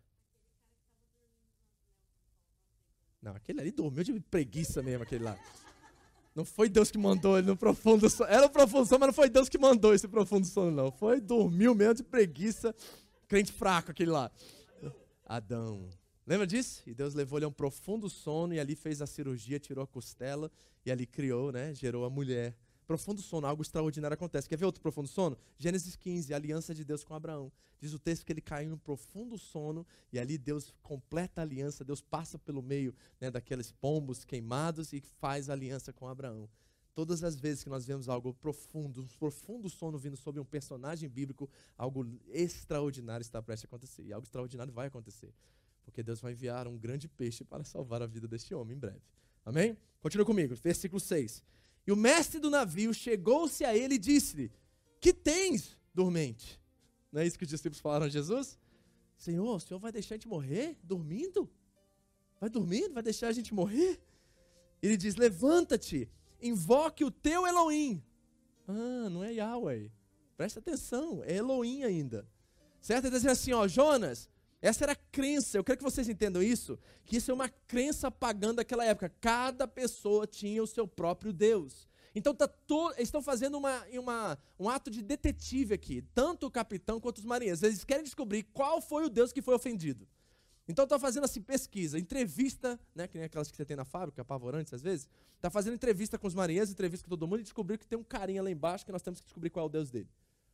Não, aquele ali dormiu de preguiça mesmo, aquele lá. Não foi Deus que mandou ele no profundo sono. Era o profundo sono, mas não foi Deus que mandou esse profundo sono, não. Foi, dormiu mesmo de preguiça, crente fraco aquele lá. Adão. Lembra disso? E Deus levou ele a um profundo sono e ali fez a cirurgia, tirou a costela e ali criou, né? Gerou a mulher. Profundo sono, algo extraordinário acontece. Quer ver outro profundo sono? Gênesis quinze, a aliança de Deus com Abraão. Diz o texto que ele caiu em um profundo sono e ali Deus completa a aliança. Deus passa pelo meio, né, daqueles pombos queimados e faz a aliança com Abraão. Todas as vezes que nós vemos algo profundo, um profundo sono vindo sobre um personagem bíblico, algo extraordinário está prestes a acontecer. E algo extraordinário vai acontecer. Porque Deus vai enviar um grande peixe para salvar a vida deste homem em breve. Amém? Continua comigo, versículo seis. E o mestre do navio chegou-se a ele e disse-lhe, que tens, dormente. Não é isso que os discípulos falaram a Jesus? Senhor, o Senhor vai deixar a gente morrer dormindo? Vai dormindo? Vai deixar a gente morrer? Ele diz, levanta-te, invoque o teu Elohim. Ah, não é Yahweh. Presta atenção, é Elohim ainda. Certo? Ele diz assim, ó, Jonas, essa era a crença, eu quero que vocês entendam isso, que isso é uma crença pagã daquela época. Cada pessoa tinha o seu próprio Deus. Então tá to... eles estão fazendo uma, uma, um ato de detetive aqui, tanto o capitão quanto os marinheiros. Eles querem descobrir qual foi o Deus que foi ofendido. Então estão fazendo assim pesquisa, entrevista, né, que nem aquelas que você tem na fábrica, apavorantes às vezes. Está fazendo entrevista com os marinheiros, entrevista com todo mundo e descobriu que tem um carinha lá embaixo que nós temos que descobrir qual é o Deus dele.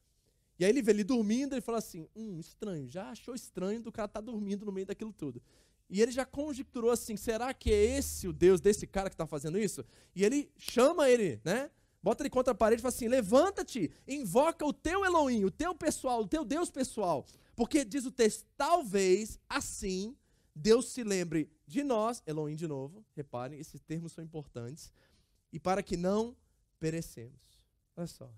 E aí ele vê ele dormindo e fala assim, hum, estranho, já achou estranho do cara estar tá dormindo no meio daquilo tudo. E ele já conjecturou assim, será que é esse o Deus desse cara que está fazendo isso? E ele chama ele, né? Bota ele contra a parede e fala assim, levanta-te, invoca o teu Elohim, o teu pessoal, o teu Deus pessoal. Porque diz o texto, talvez assim Deus se lembre de nós, Elohim de novo, reparem, esses termos são importantes, e para que não perecemos. Olha só,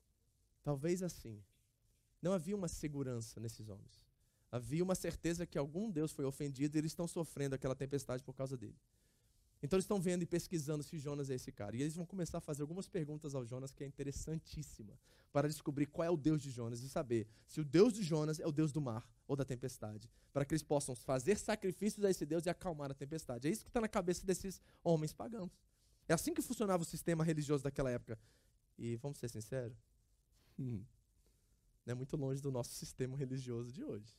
talvez assim. Não havia uma segurança nesses homens. Havia uma certeza que algum Deus foi ofendido e eles estão sofrendo aquela tempestade por causa dele. Então eles estão vendo e pesquisando se Jonas é esse cara. E eles vão começar a fazer algumas perguntas ao Jonas que é interessantíssima para descobrir qual é o Deus de Jonas e saber se o Deus de Jonas é o Deus do mar ou da tempestade. Para que eles possam fazer sacrifícios a esse Deus e acalmar a tempestade. É isso que está na cabeça desses homens pagãos. É assim que funcionava o sistema religioso daquela época. E vamos ser sinceros, hum, não é muito longe do nosso sistema religioso de hoje.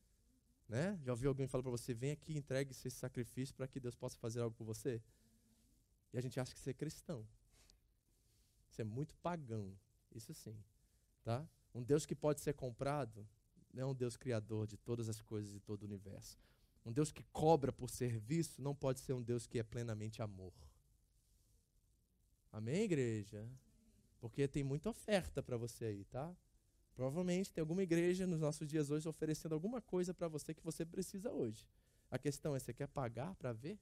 Né? Já ouviu alguém falar para você, vem aqui e entregue esse sacrifício para que Deus possa fazer algo por você? E a gente acha que isso é cristão. Isso é muito pagão. Isso sim. Tá? Um Deus que pode ser comprado não é um Deus criador de todas as coisas e todo o universo. Um Deus que cobra por serviço não pode ser um Deus que é plenamente amor. Amém, igreja? Porque tem muita oferta para você aí, tá? Provavelmente tem alguma igreja nos nossos dias hoje oferecendo alguma coisa para você que você precisa hoje. A questão é, você quer pagar para ver?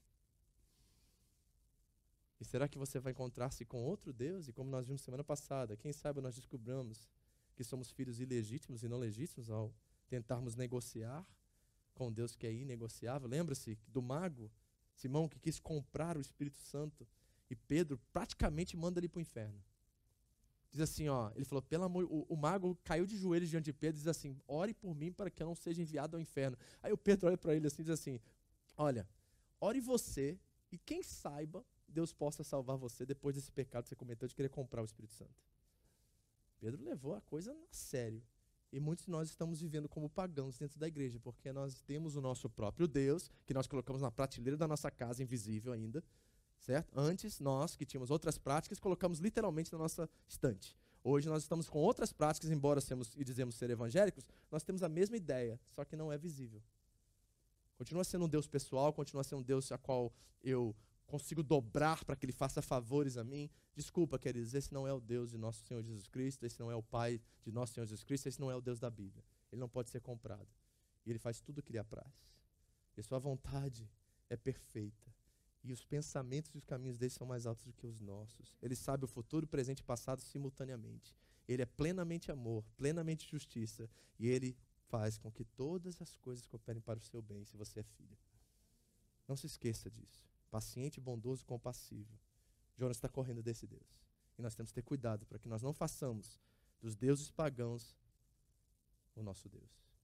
E será que você vai encontrar-se com outro Deus? E como nós vimos semana passada, quem sabe nós descobramos que somos filhos ilegítimos e não legítimos ao tentarmos negociar com Deus que é inegociável. Lembra-se do mago, Simão, que quis comprar o Espírito Santo. E Pedro praticamente manda ele para o inferno. Diz assim, ó, ele falou, pelo amor, o, o mago caiu de joelhos diante de Pedro e diz assim, ore por mim para que eu não seja enviado ao inferno. Aí o Pedro olha para ele assim e diz assim, olha, ore você e quem saiba, Deus possa salvar você depois desse pecado que você cometeu de querer comprar o Espírito Santo. Pedro levou a coisa a sério. E muitos de nós estamos vivendo como pagãos dentro da igreja, porque nós temos o nosso próprio Deus, que nós colocamos na prateleira da nossa casa, invisível ainda, certo? Antes, nós, que tínhamos outras práticas, colocamos literalmente na nossa estante. Hoje nós estamos com outras práticas, embora sejamos e dizemos ser evangélicos, nós temos a mesma ideia, só que não é visível. Continua sendo um Deus pessoal, continua sendo um Deus a qual eu consigo dobrar para que Ele faça favores a mim. Desculpa, queridos, esse não é o Deus de nosso Senhor Jesus Cristo, esse não é o Pai de nosso Senhor Jesus Cristo, esse não é o Deus da Bíblia. Ele não pode ser comprado. E Ele faz tudo o que lhe apraz. E a sua vontade é perfeita. E os pensamentos e os caminhos dele são mais altos do que os nossos. Ele sabe o futuro, o presente e o passado simultaneamente. Ele é plenamente amor, plenamente justiça. E Ele faz com que todas as coisas cooperem para o seu bem, se você é filho. Não se esqueça disso. Paciente, bondoso, compassivo. Jonas está correndo desse Deus. E nós temos que ter cuidado para que nós não façamos dos deuses pagãos o nosso Deus.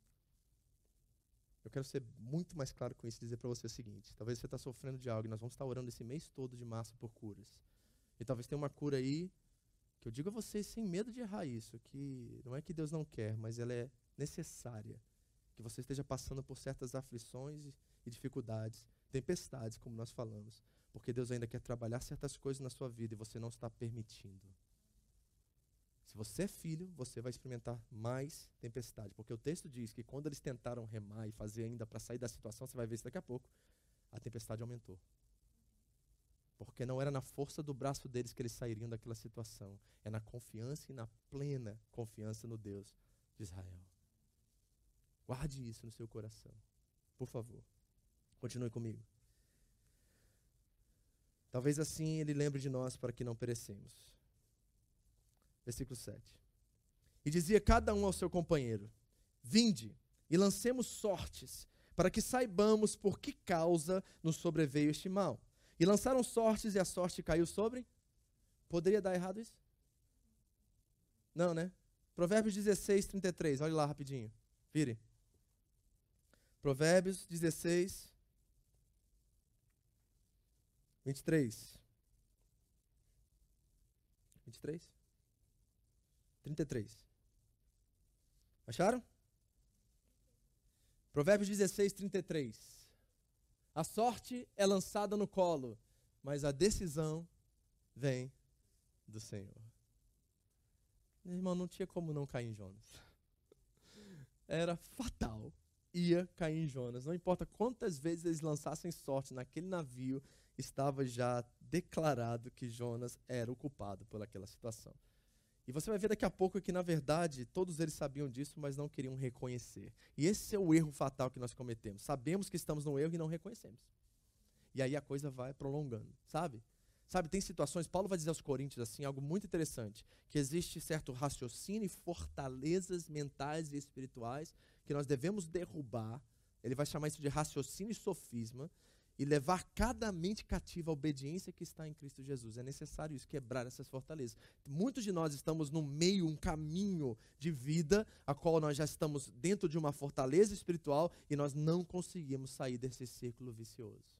Eu quero ser muito mais claro com isso e dizer para você o seguinte. Talvez você está sofrendo de algo e nós vamos estar orando esse mês todo de março por curas. E talvez tenha uma cura aí que eu digo a vocês sem medo de errar isso, que não é que Deus não quer, mas ela é necessária. Que você esteja passando por certas aflições e dificuldades, tempestades, como nós falamos. Porque Deus ainda quer trabalhar certas coisas na sua vida e você não está permitindo. Se você é filho, você vai experimentar mais tempestade. Porque o texto diz que quando eles tentaram remar e fazer ainda para sair da situação, você vai ver isso daqui a pouco, a tempestade aumentou. Porque não era na força do braço deles que eles sairiam daquela situação. É na confiança e na plena confiança no Deus de Israel. Guarde isso no seu coração. Por favor. Continue comigo. Talvez assim ele lembre de nós para que não perecemos. Versículo sete. E dizia cada um ao seu companheiro: vinde e lancemos sortes, para que saibamos por que causa nos sobreveio este mal. E lançaram sortes e a sorte caiu sobre? Poderia dar errado isso? Não, né? Provérbios dezesseis, trinta e três, olha lá rapidinho. Vire. Provérbios dezesseis, vinte e três. vinte e três? trinta e três. Acharam? Provérbios dezesseis, trinta e três. A sorte é lançada no colo, mas a decisão vem do Senhor. Meu irmão, não tinha como não cair em Jonas. Era fatal. Ia cair em Jonas. Não importa quantas vezes eles lançassem sorte naquele navio, estava já declarado que Jonas era o culpado por aquela situação. E você vai ver daqui a pouco que, na verdade, todos eles sabiam disso, mas não queriam reconhecer. E esse é o erro fatal que nós cometemos. Sabemos que estamos no erro e não reconhecemos. E aí a coisa vai prolongando, sabe? Sabe, tem situações, Paulo vai dizer aos Coríntios assim, algo muito interessante, que existe certo raciocínio e fortalezas mentais e espirituais que nós devemos derrubar. Ele vai chamar isso de raciocínio e sofisma, e levar cada mente cativa à obediência que está em Cristo Jesus. É necessário isso, quebrar essas fortalezas. Muitos de nós estamos no meio, um caminho de vida, a qual nós já estamos dentro de uma fortaleza espiritual e nós não conseguimos sair desse círculo vicioso.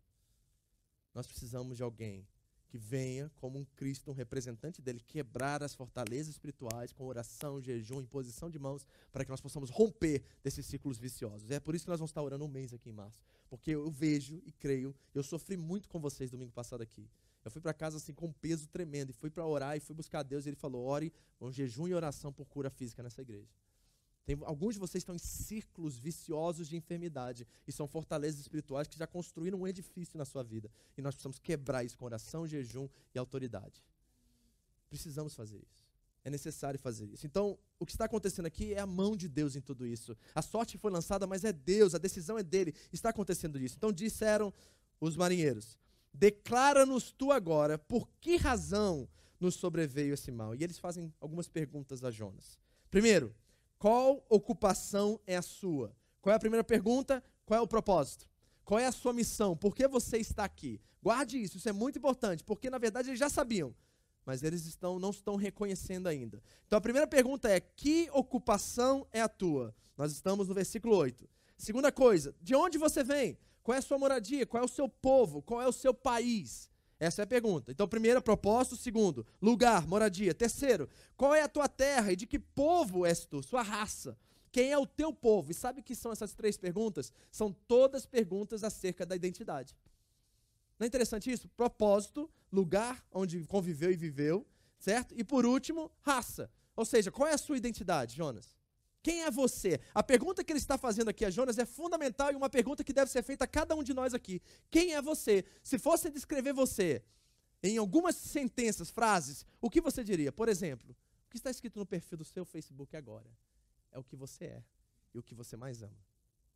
Nós precisamos de alguém que venha como um Cristo, um representante dele, quebrar as fortalezas espirituais com oração, jejum, imposição de mãos, para que nós possamos romper desses ciclos viciosos. É por isso que nós vamos estar orando um mês aqui em março. Porque eu vejo e creio, eu sofri muito com vocês domingo passado aqui. Eu fui para casa assim com um peso tremendo, e fui para orar, e fui buscar a Deus, e Ele falou, ore com jejum e oração por cura física nessa igreja. Tem, alguns de vocês estão em círculos viciosos de enfermidade e são fortalezas espirituais que já construíram um edifício na sua vida. E nós precisamos quebrar isso com oração, jejum e autoridade. Precisamos fazer isso. É necessário fazer isso. Então, o que está acontecendo aqui é a mão de Deus em tudo isso. A sorte foi lançada, mas é Deus, a decisão é dele. Está acontecendo isso. Então disseram os marinheiros, declara-nos tu agora por que razão nos sobreveio esse mal. E eles fazem algumas perguntas a Jonas. Primeiro, qual ocupação é a sua? Qual é a primeira pergunta? Qual é o propósito? Qual é a sua missão? Por que você está aqui? Guarde isso, isso é muito importante, porque na verdade eles já sabiam, mas eles estão, não estão reconhecendo ainda. Então a primeira pergunta é, que ocupação é a tua? Nós estamos no versículo oito. Segunda coisa, de onde você vem? Qual é a sua moradia? Qual é o seu povo? Qual é o seu país? Essa é a pergunta. Então, primeiro, propósito. Segundo, lugar, moradia. Terceiro, qual é a tua terra e de que povo és tu? Sua raça. Quem é o teu povo? E sabe o que são essas três perguntas? São todas perguntas acerca da identidade. Não é interessante isso? Propósito, lugar onde conviveu e viveu, certo? E por último, raça. Ou seja, qual é a sua identidade, Jonas? Quem é você? A pergunta que ele está fazendo aqui a Jonas é fundamental e uma pergunta que deve ser feita a cada um de nós aqui. Quem é você? Se fosse descrever você em algumas sentenças, frases, o que você diria? Por exemplo, o que está escrito no perfil do seu Facebook agora é o que você é e o que você mais ama.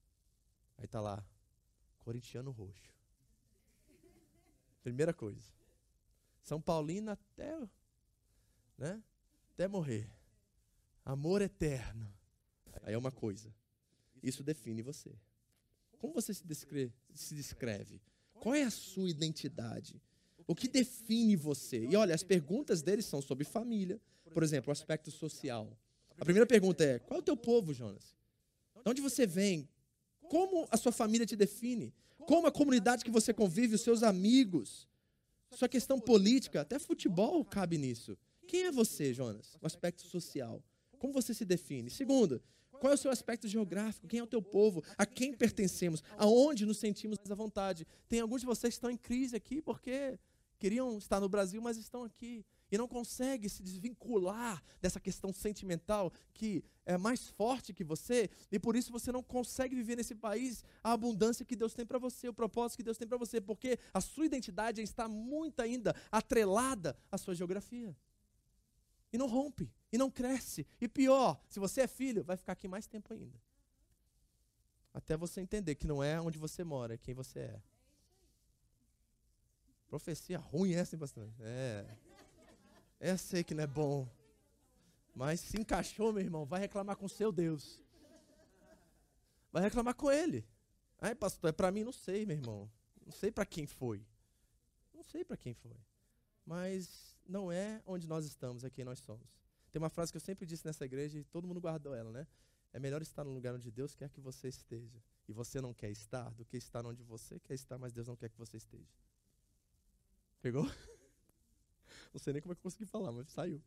Aí está lá, corintiano roxo. Primeira coisa. São Paulino até, né, até morrer. Amor eterno. Aí é uma coisa. Isso define você. Como você se descreve, se descreve? Qual é a sua identidade? O que define você? E olha, as perguntas deles são sobre família. Por exemplo, o aspecto social. A primeira pergunta é, qual é o teu povo, Jonas? De onde você vem? Como a sua família te define? Como a comunidade que você convive, os seus amigos? Sua questão política, até futebol cabe nisso. Quem é você, Jonas? O aspecto social. Como você se define? Segundo, qual é o seu aspecto geográfico? Quem é o teu povo? A quem pertencemos? Aonde nos sentimos à vontade? Tem alguns de vocês que estão em crise aqui porque queriam estar no Brasil, mas estão aqui. E não conseguem se desvincular dessa questão sentimental que é mais forte que você. E por isso você não consegue viver nesse país a abundância que Deus tem para você, o propósito que Deus tem para você. Porque a sua identidade está muito ainda atrelada à sua geografia. E não rompe, e não cresce. E pior, se você é filho, vai ficar aqui mais tempo ainda. Até você entender que não é onde você mora, é quem você é. Profecia ruim essa, hein, pastor? É. Essa aí que não é bom. Mas se encaixou, meu irmão, vai reclamar com o seu Deus. Vai reclamar com ele. Ai, pastor, é para mim? Não sei, meu irmão. Não sei para quem foi. Não sei para quem foi. Mas não é onde nós estamos, é quem nós somos. Tem uma frase que eu sempre disse nessa igreja e todo mundo guardou ela, né? É melhor estar no lugar onde Deus quer que você esteja. E você não quer estar, do que estar onde você quer estar, mas Deus não quer que você esteja. Pegou? Não sei nem como é que eu consegui falar, mas saiu.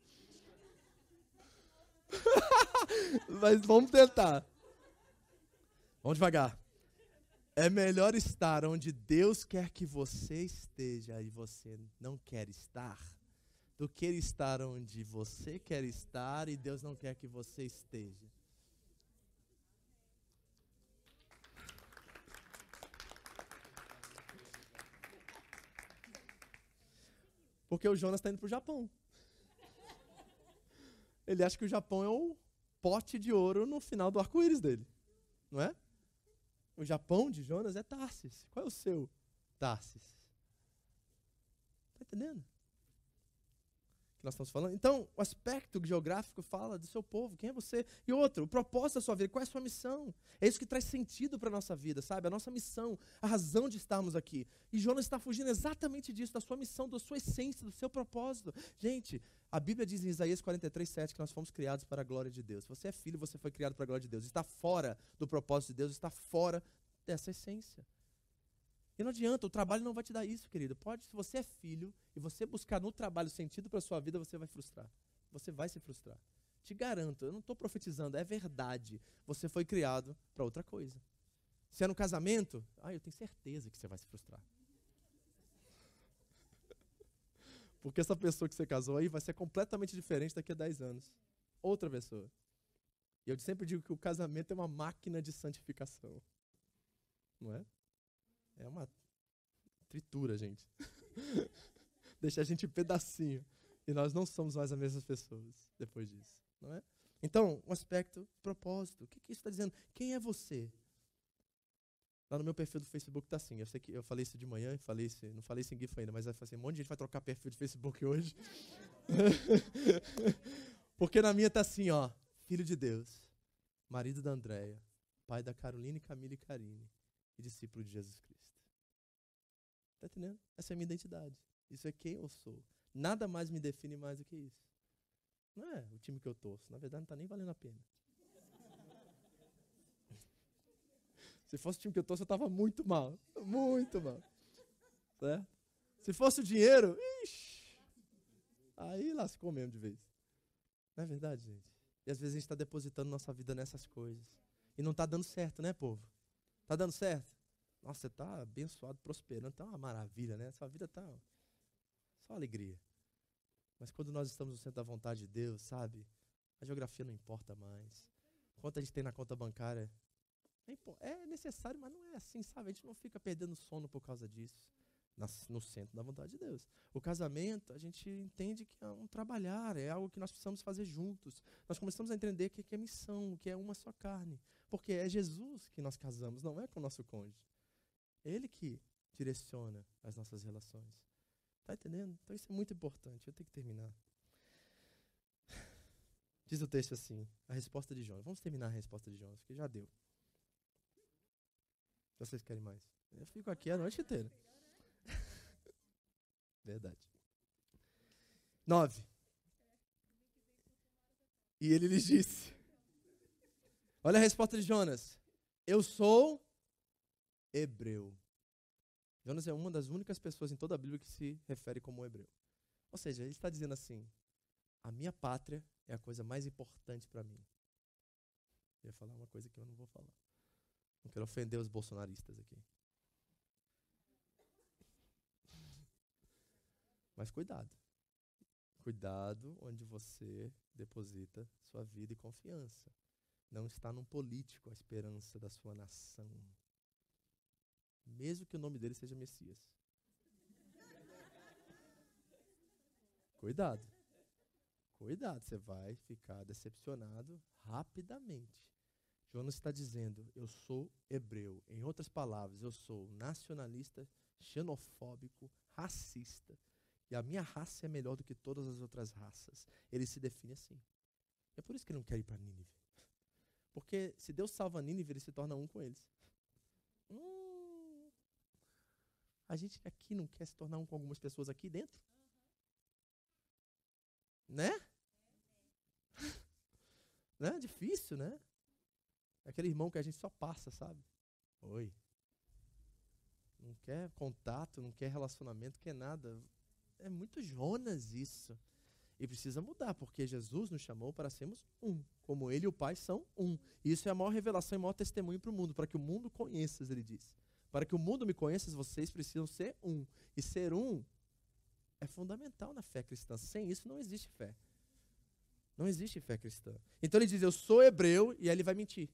Mas vamos tentar. Vamos devagar. É melhor estar onde Deus quer que você esteja e você não quer estar, do que estar onde você quer estar e Deus não quer que você esteja. Porque o Jonas está indo para o Japão. Ele acha que o Japão é o pote de ouro no final do arco-íris dele. Não é? O Japão de Jonas é Tarsis. Qual é o seu Tarsis? Está entendendo? Que nós estamos falando. Então, o aspecto geográfico fala do seu povo, quem é você. E outro, o propósito da sua vida, qual é a sua missão? É isso que traz sentido para a nossa vida, sabe? A nossa missão, a razão de estarmos aqui. E Jonas está fugindo exatamente disso, da sua missão, da sua essência, do seu propósito. Gente, a Bíblia diz em Isaías quarenta e três, sete que nós fomos criados para a glória de Deus. Você é filho, você foi criado para a glória de Deus. Está fora do propósito de Deus, está fora dessa essência. E não adianta, o trabalho não vai te dar isso, querido. Pode, se você é filho e você buscar no trabalho sentido para a sua vida, você vai frustrar. Você vai se frustrar. Te garanto, eu não estou profetizando, é verdade. Você foi criado para outra coisa. Se é no casamento, ah, eu tenho certeza que você vai se frustrar. Porque essa pessoa que você casou aí vai ser completamente diferente daqui a dez anos. Outra pessoa. E eu sempre digo que o casamento é uma máquina de santificação. Não é? É uma tritura, gente. Deixa a gente em pedacinho. E nós não somos mais as mesmas pessoas depois disso. Não é? Então, um aspecto, propósito. O que, que isso está dizendo? Quem é você? Lá no meu perfil do Facebook está assim. Eu sei que eu falei isso de manhã, falei isso, não falei isso em GIF ainda, mas eu falei assim, um monte de gente vai trocar perfil de Facebook hoje. Porque na minha está assim, ó. Filho de Deus, marido da Andréia, pai da Caroline, Camila e Karine, e discípulo de Jesus Cristo. Está entendendo? Essa é a minha identidade. Isso é quem eu sou. Nada mais me define mais do que isso. Não é o time que eu torço. Na verdade, não está nem valendo a pena. Se fosse o time que eu torço, eu estava muito mal. Muito mal. Certo? Se fosse o dinheiro, ixi, aí lascou mesmo de vez. Não é verdade, gente? E às vezes a gente está depositando nossa vida nessas coisas. E não está dando certo, né, povo? Está dando certo? Nossa, você está abençoado, prosperando, está uma maravilha, né? Sua vida está só alegria. Mas quando nós estamos no centro da vontade de Deus, sabe? A geografia não importa mais. Quanto a gente tem na conta bancária, é necessário, mas não é assim, sabe? A gente não fica perdendo sono por causa disso. No centro da vontade de Deus. O casamento, a gente entende que é um trabalhar, é algo que nós precisamos fazer juntos. Nós começamos a entender que é missão, que é uma só carne. Porque é Jesus que nós casamos, não é com o nosso cônjuge. É Ele que direciona as nossas relações. Está entendendo? Então isso é muito importante. Eu tenho que terminar. Diz o texto assim, a resposta de Jonas. Vamos terminar a resposta de Jonas, que já deu. Vocês querem mais? Eu fico aqui a noite inteira. Verdade. Nove. E ele lhes disse. Olha a resposta de Jonas. Eu sou hebreu. Jonas é uma das únicas pessoas em toda a Bíblia que se refere como hebreu. Ou seja, ele está dizendo assim, a minha pátria é a coisa mais importante para mim. Eu ia falar uma coisa que eu não vou falar. Não quero ofender os bolsonaristas aqui. Mas cuidado. Cuidado onde você deposita sua vida e confiança. Não está num político a esperança da sua nação. Mesmo que o nome dele seja Messias. Cuidado. Cuidado, você vai ficar decepcionado rapidamente. Jonas está dizendo, eu sou hebreu. Em outras palavras, eu sou nacionalista, xenofóbico, racista. E a minha raça é melhor do que todas as outras raças. Ele se define assim. É por isso que ele não quer ir para Nínive. Porque se Deus salva Nínive, ele se torna um com eles. Hum, a gente aqui não quer se tornar um com algumas pessoas aqui dentro? Né? Né? Difícil, né? Aquele irmão que a gente só passa, sabe? Oi. Não quer contato, não quer relacionamento, quer nada. É muito Jonas isso. E precisa mudar, porque Jesus nos chamou para sermos um. Como ele e o Pai são um. E isso é a maior revelação e o maior testemunho para o mundo. Para que o mundo conheça, ele diz. Para que o mundo me conheça, vocês precisam ser um. E ser um é fundamental na fé cristã. Sem isso não existe fé. Não existe fé cristã. Então ele diz, eu sou hebreu, e aí ele vai mentir.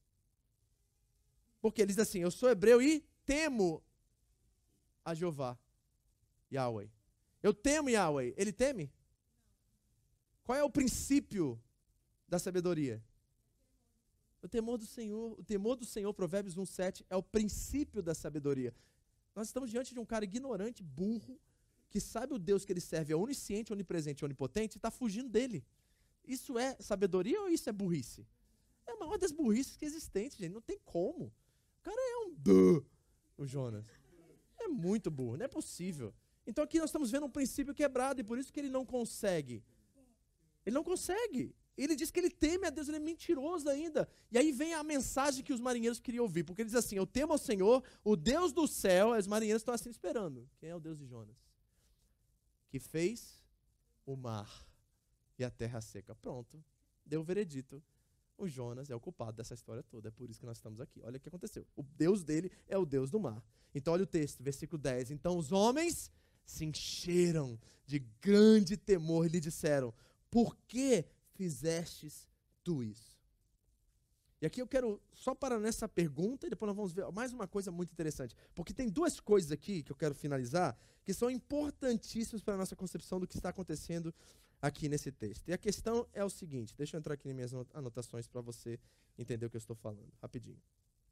Porque ele diz assim, eu sou hebreu e temo a Jeová, Yahweh. Eu temo Yahweh. Ele teme? Qual é o princípio da sabedoria? O temor do Senhor. O temor do Senhor, Provérbios um, sete, é o princípio da sabedoria. Nós estamos diante de um cara ignorante, burro, que sabe o Deus que ele serve é onisciente, onipresente e onipotente e está fugindo dele. Isso é sabedoria ou isso é burrice? É a maior das burrices que existem, gente. Não tem como. O cara é um duh, o Jonas. É muito burro, não é possível. Então aqui nós estamos vendo um princípio quebrado e por isso que ele não consegue. Ele não consegue. Ele diz que ele teme a Deus, ele é mentiroso ainda. E aí vem a mensagem que os marinheiros queriam ouvir. Porque ele diz assim, eu temo ao Senhor, o Deus do céu. Os marinheiros estão assim esperando. Quem é o Deus de Jonas? Que fez o mar e a terra seca. Pronto, deu o veredito. O Jonas é o culpado dessa história toda. É por isso que nós estamos aqui. Olha o que aconteceu. O Deus dele é o Deus do mar. Então olha o texto, versículo dez. Então os homens se encheram de grande temor e lhe disseram, por que fizestes tu isso? E aqui eu quero só parar nessa pergunta e depois nós vamos ver mais uma coisa muito interessante. Porque tem duas coisas aqui que eu quero finalizar que são importantíssimas para a nossa concepção do que está acontecendo aqui nesse texto. E a questão é o seguinte, deixa eu entrar aqui nas minhas anotações para você entender o que eu estou falando, rapidinho.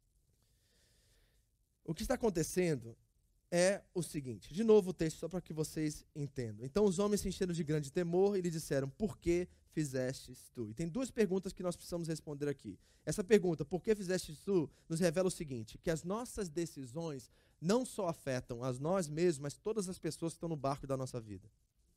O que está acontecendo é o seguinte, de novo o texto só para que vocês entendam. Então os homens se encheram de grande temor e lhe disseram, por que fizestes tu? E tem duas perguntas que nós precisamos responder aqui. Essa pergunta, por que fizestes tu, nos revela o seguinte, que as nossas decisões não só afetam a nós mesmos, mas todas as pessoas que estão no barco da nossa vida,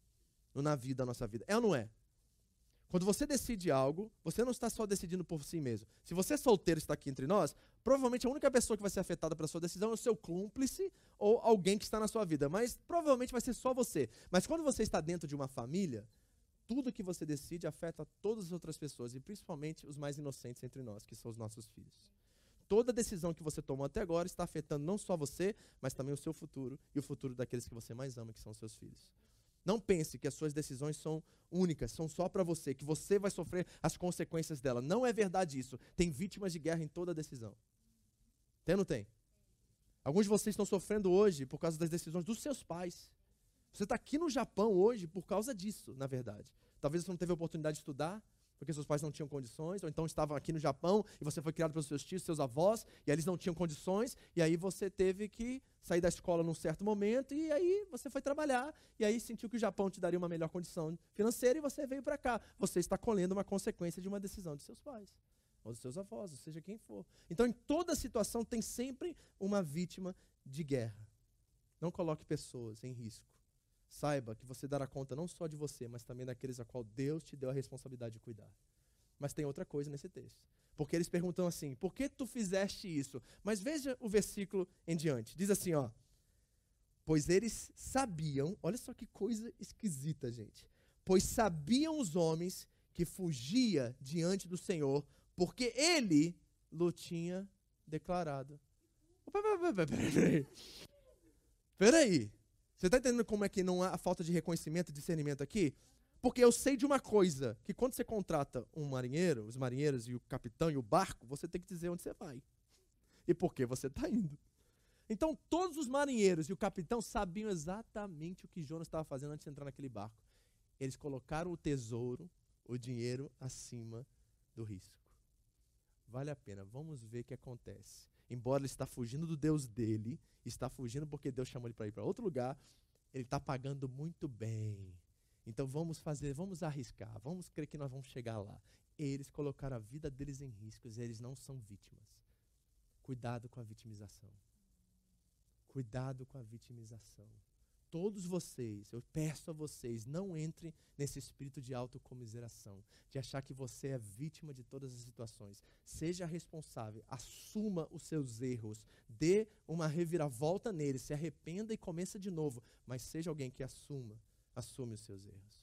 no navio da nossa vida. É ou não é? Quando você decide algo, você não está só decidindo por si mesmo. Se você é solteiro e está aqui entre nós, provavelmente a única pessoa que vai ser afetada pela sua decisão é o seu cúmplice ou alguém que está na sua vida. Mas provavelmente vai ser só você. Mas quando você está dentro de uma família, tudo que você decide afeta todas as outras pessoas, e principalmente os mais inocentes entre nós, que são os nossos filhos. Toda decisão que você tomou até agora está afetando não só você, mas também o seu futuro e o futuro daqueles que você mais ama, que são os seus filhos. Não pense que as suas decisões são únicas, são só para você, que você vai sofrer as consequências dela. Não é verdade isso. Tem vítimas de guerra em toda decisão. Tem ou não tem? Alguns de vocês estão sofrendo hoje por causa das decisões dos seus pais. Você está aqui no Japão hoje por causa disso, na verdade. Talvez você não teve a oportunidade de estudar, porque seus pais não tinham condições, ou então estavam aqui no Japão e você foi criado pelos seus tios, seus avós, e aí eles não tinham condições, e aí você teve que sair da escola num certo momento, e aí você foi trabalhar, e aí sentiu que o Japão te daria uma melhor condição financeira, e você veio para cá. Você está colhendo uma consequência de uma decisão de seus pais, ou dos seus avós, ou seja quem for. Então, em toda situação, tem sempre uma vítima de guerra. Não coloque pessoas em risco. Saiba que você dará conta não só de você, mas também daqueles a qual Deus te deu a responsabilidade de cuidar. Mas tem outra coisa nesse texto. Porque eles perguntam assim, por que tu fizeste isso? Mas veja o versículo em diante. Diz assim, ó. Pois eles sabiam, olha só que coisa esquisita, gente. Pois sabiam os homens que fugia diante do Senhor, porque ele lhe tinha declarado. Peraí. Peraí. Você está entendendo como é que não há a falta de reconhecimento e discernimento aqui? Porque eu sei de uma coisa, que quando você contrata um marinheiro, os marinheiros e o capitão e o barco, você tem que dizer onde você vai. E por que você está indo. Então todos os marinheiros e o capitão sabiam exatamente o que Jonas estava fazendo antes de entrar naquele barco. Eles colocaram o tesouro, o dinheiro, acima do risco. Vale a pena, vamos ver o que acontece. Embora ele está fugindo do Deus dele, está fugindo porque Deus chamou ele para ir para outro lugar, ele está pagando muito bem. Então vamos fazer, vamos arriscar, vamos crer que nós vamos chegar lá. Eles colocaram a vida deles em riscos, eles não são vítimas. Cuidado com a vitimização. Cuidado com a vitimização. Todos vocês, eu peço a vocês, não entrem nesse espírito de autocomiseração, de achar que você é vítima de todas as situações. Seja responsável, assuma os seus erros, dê uma reviravolta neles, se arrependa e começa de novo, mas seja alguém que assuma, assume os seus erros.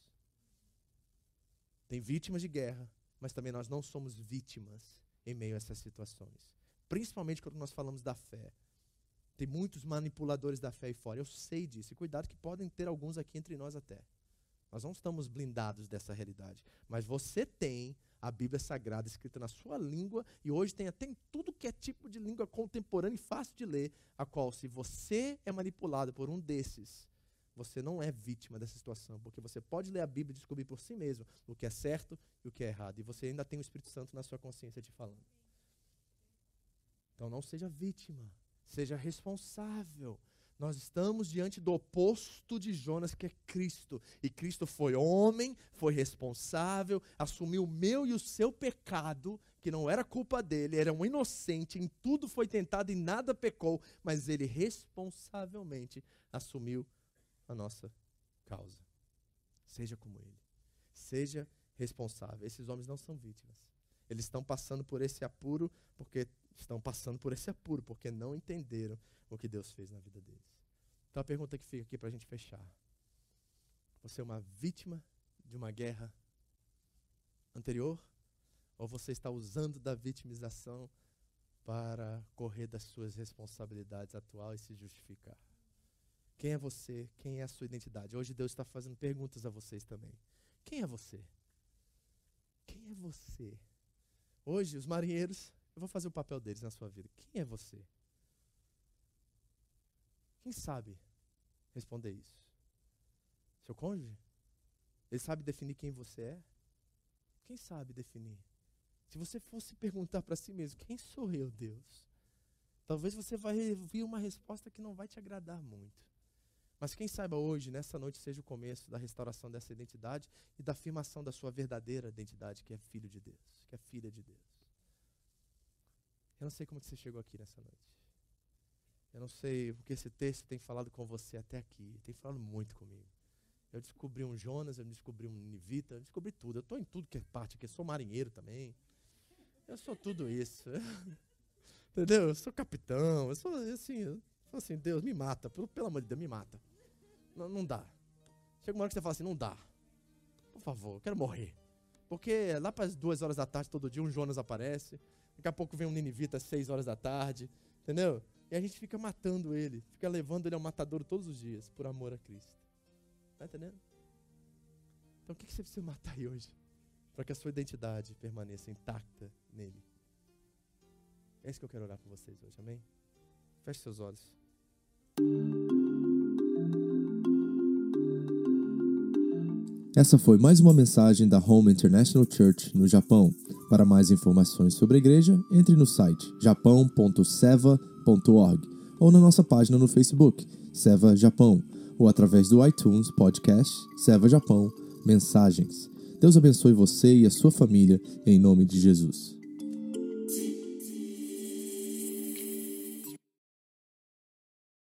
Tem vítimas de guerra, mas também nós não somos vítimas em meio a essas situações. Principalmente quando nós falamos da fé. Tem muitos manipuladores da fé aí fora. Eu sei disso. E cuidado que podem ter alguns aqui entre nós até. Nós não estamos blindados dessa realidade. Mas você tem a Bíblia Sagrada escrita na sua língua. E hoje tem até em tudo que é tipo de língua contemporânea e fácil de ler. A qual, se você é manipulado por um desses, você não é vítima dessa situação. Porque você pode ler a Bíblia e descobrir por si mesmo o que é certo e o que é errado. E você ainda tem o Espírito Santo na sua consciência te falando. Então não seja vítima. Seja responsável. Nós estamos diante do oposto de Jonas, que é Cristo. E Cristo foi homem, foi responsável, assumiu o meu e o seu pecado, que não era culpa dele, era um inocente, em tudo foi tentado e nada pecou, mas ele responsavelmente assumiu a nossa causa. Seja como ele. Seja responsável. Esses homens não são vítimas. Eles estão passando por esse apuro porque estão passando por esse apuro, porque não entenderam o que Deus fez na vida deles. Então a pergunta que fica aqui para a gente fechar. Você é uma vítima de uma guerra anterior? Ou você está usando da vitimização para correr das suas responsabilidades atuais e se justificar? Quem é você? Quem é a sua identidade? Hoje Deus está fazendo perguntas a vocês também. Quem é você? Quem é você? Hoje os marinheiros, eu vou fazer o papel deles na sua vida. Quem é você? Quem sabe responder isso? Seu cônjuge? Ele sabe definir quem você é? Quem sabe definir? Se você fosse perguntar para si mesmo, quem sou eu, Deus? Talvez você vai ouvir uma resposta que não vai te agradar muito. Mas quem saiba hoje, nessa noite, seja o começo da restauração dessa identidade e da afirmação da sua verdadeira identidade, que é filho de Deus, que é filha de Deus. Eu não sei como que você chegou aqui nessa noite. Eu não sei o que esse texto tem falado com você até aqui. Tem falado muito comigo. Eu descobri um Jonas, eu descobri um Nivita, eu descobri tudo. Eu estou em tudo que é parte aqui. Eu sou marinheiro também. Eu sou tudo isso. Entendeu? Eu sou capitão. Eu sou assim, eu sou assim, Deus, me mata. Pelo, pelo amor de Deus, me mata. Não, não dá. Chega uma hora que você fala assim, não dá. Por favor, eu quero morrer. Porque lá para as duas horas da tarde, todo dia, um Jonas aparece. Daqui a pouco vem um Ninivita às seis horas da tarde. Entendeu? E a gente fica matando ele. Fica levando ele ao matadouro todos os dias, por amor a Cristo. Tá entendendo? Então o que você precisa matar aí hoje? Para que a sua identidade permaneça intacta nele. É isso que eu quero orar por vocês hoje, amém? Feche seus olhos. Essa foi mais uma mensagem da Home International Church no Japão. Para mais informações sobre a igreja, entre no site japão ponto seva ponto org ou na nossa página no Facebook, Seva Japão, ou através do iTunes Podcast Seva Japão Mensagens. Deus abençoe você e a sua família, em nome de Jesus.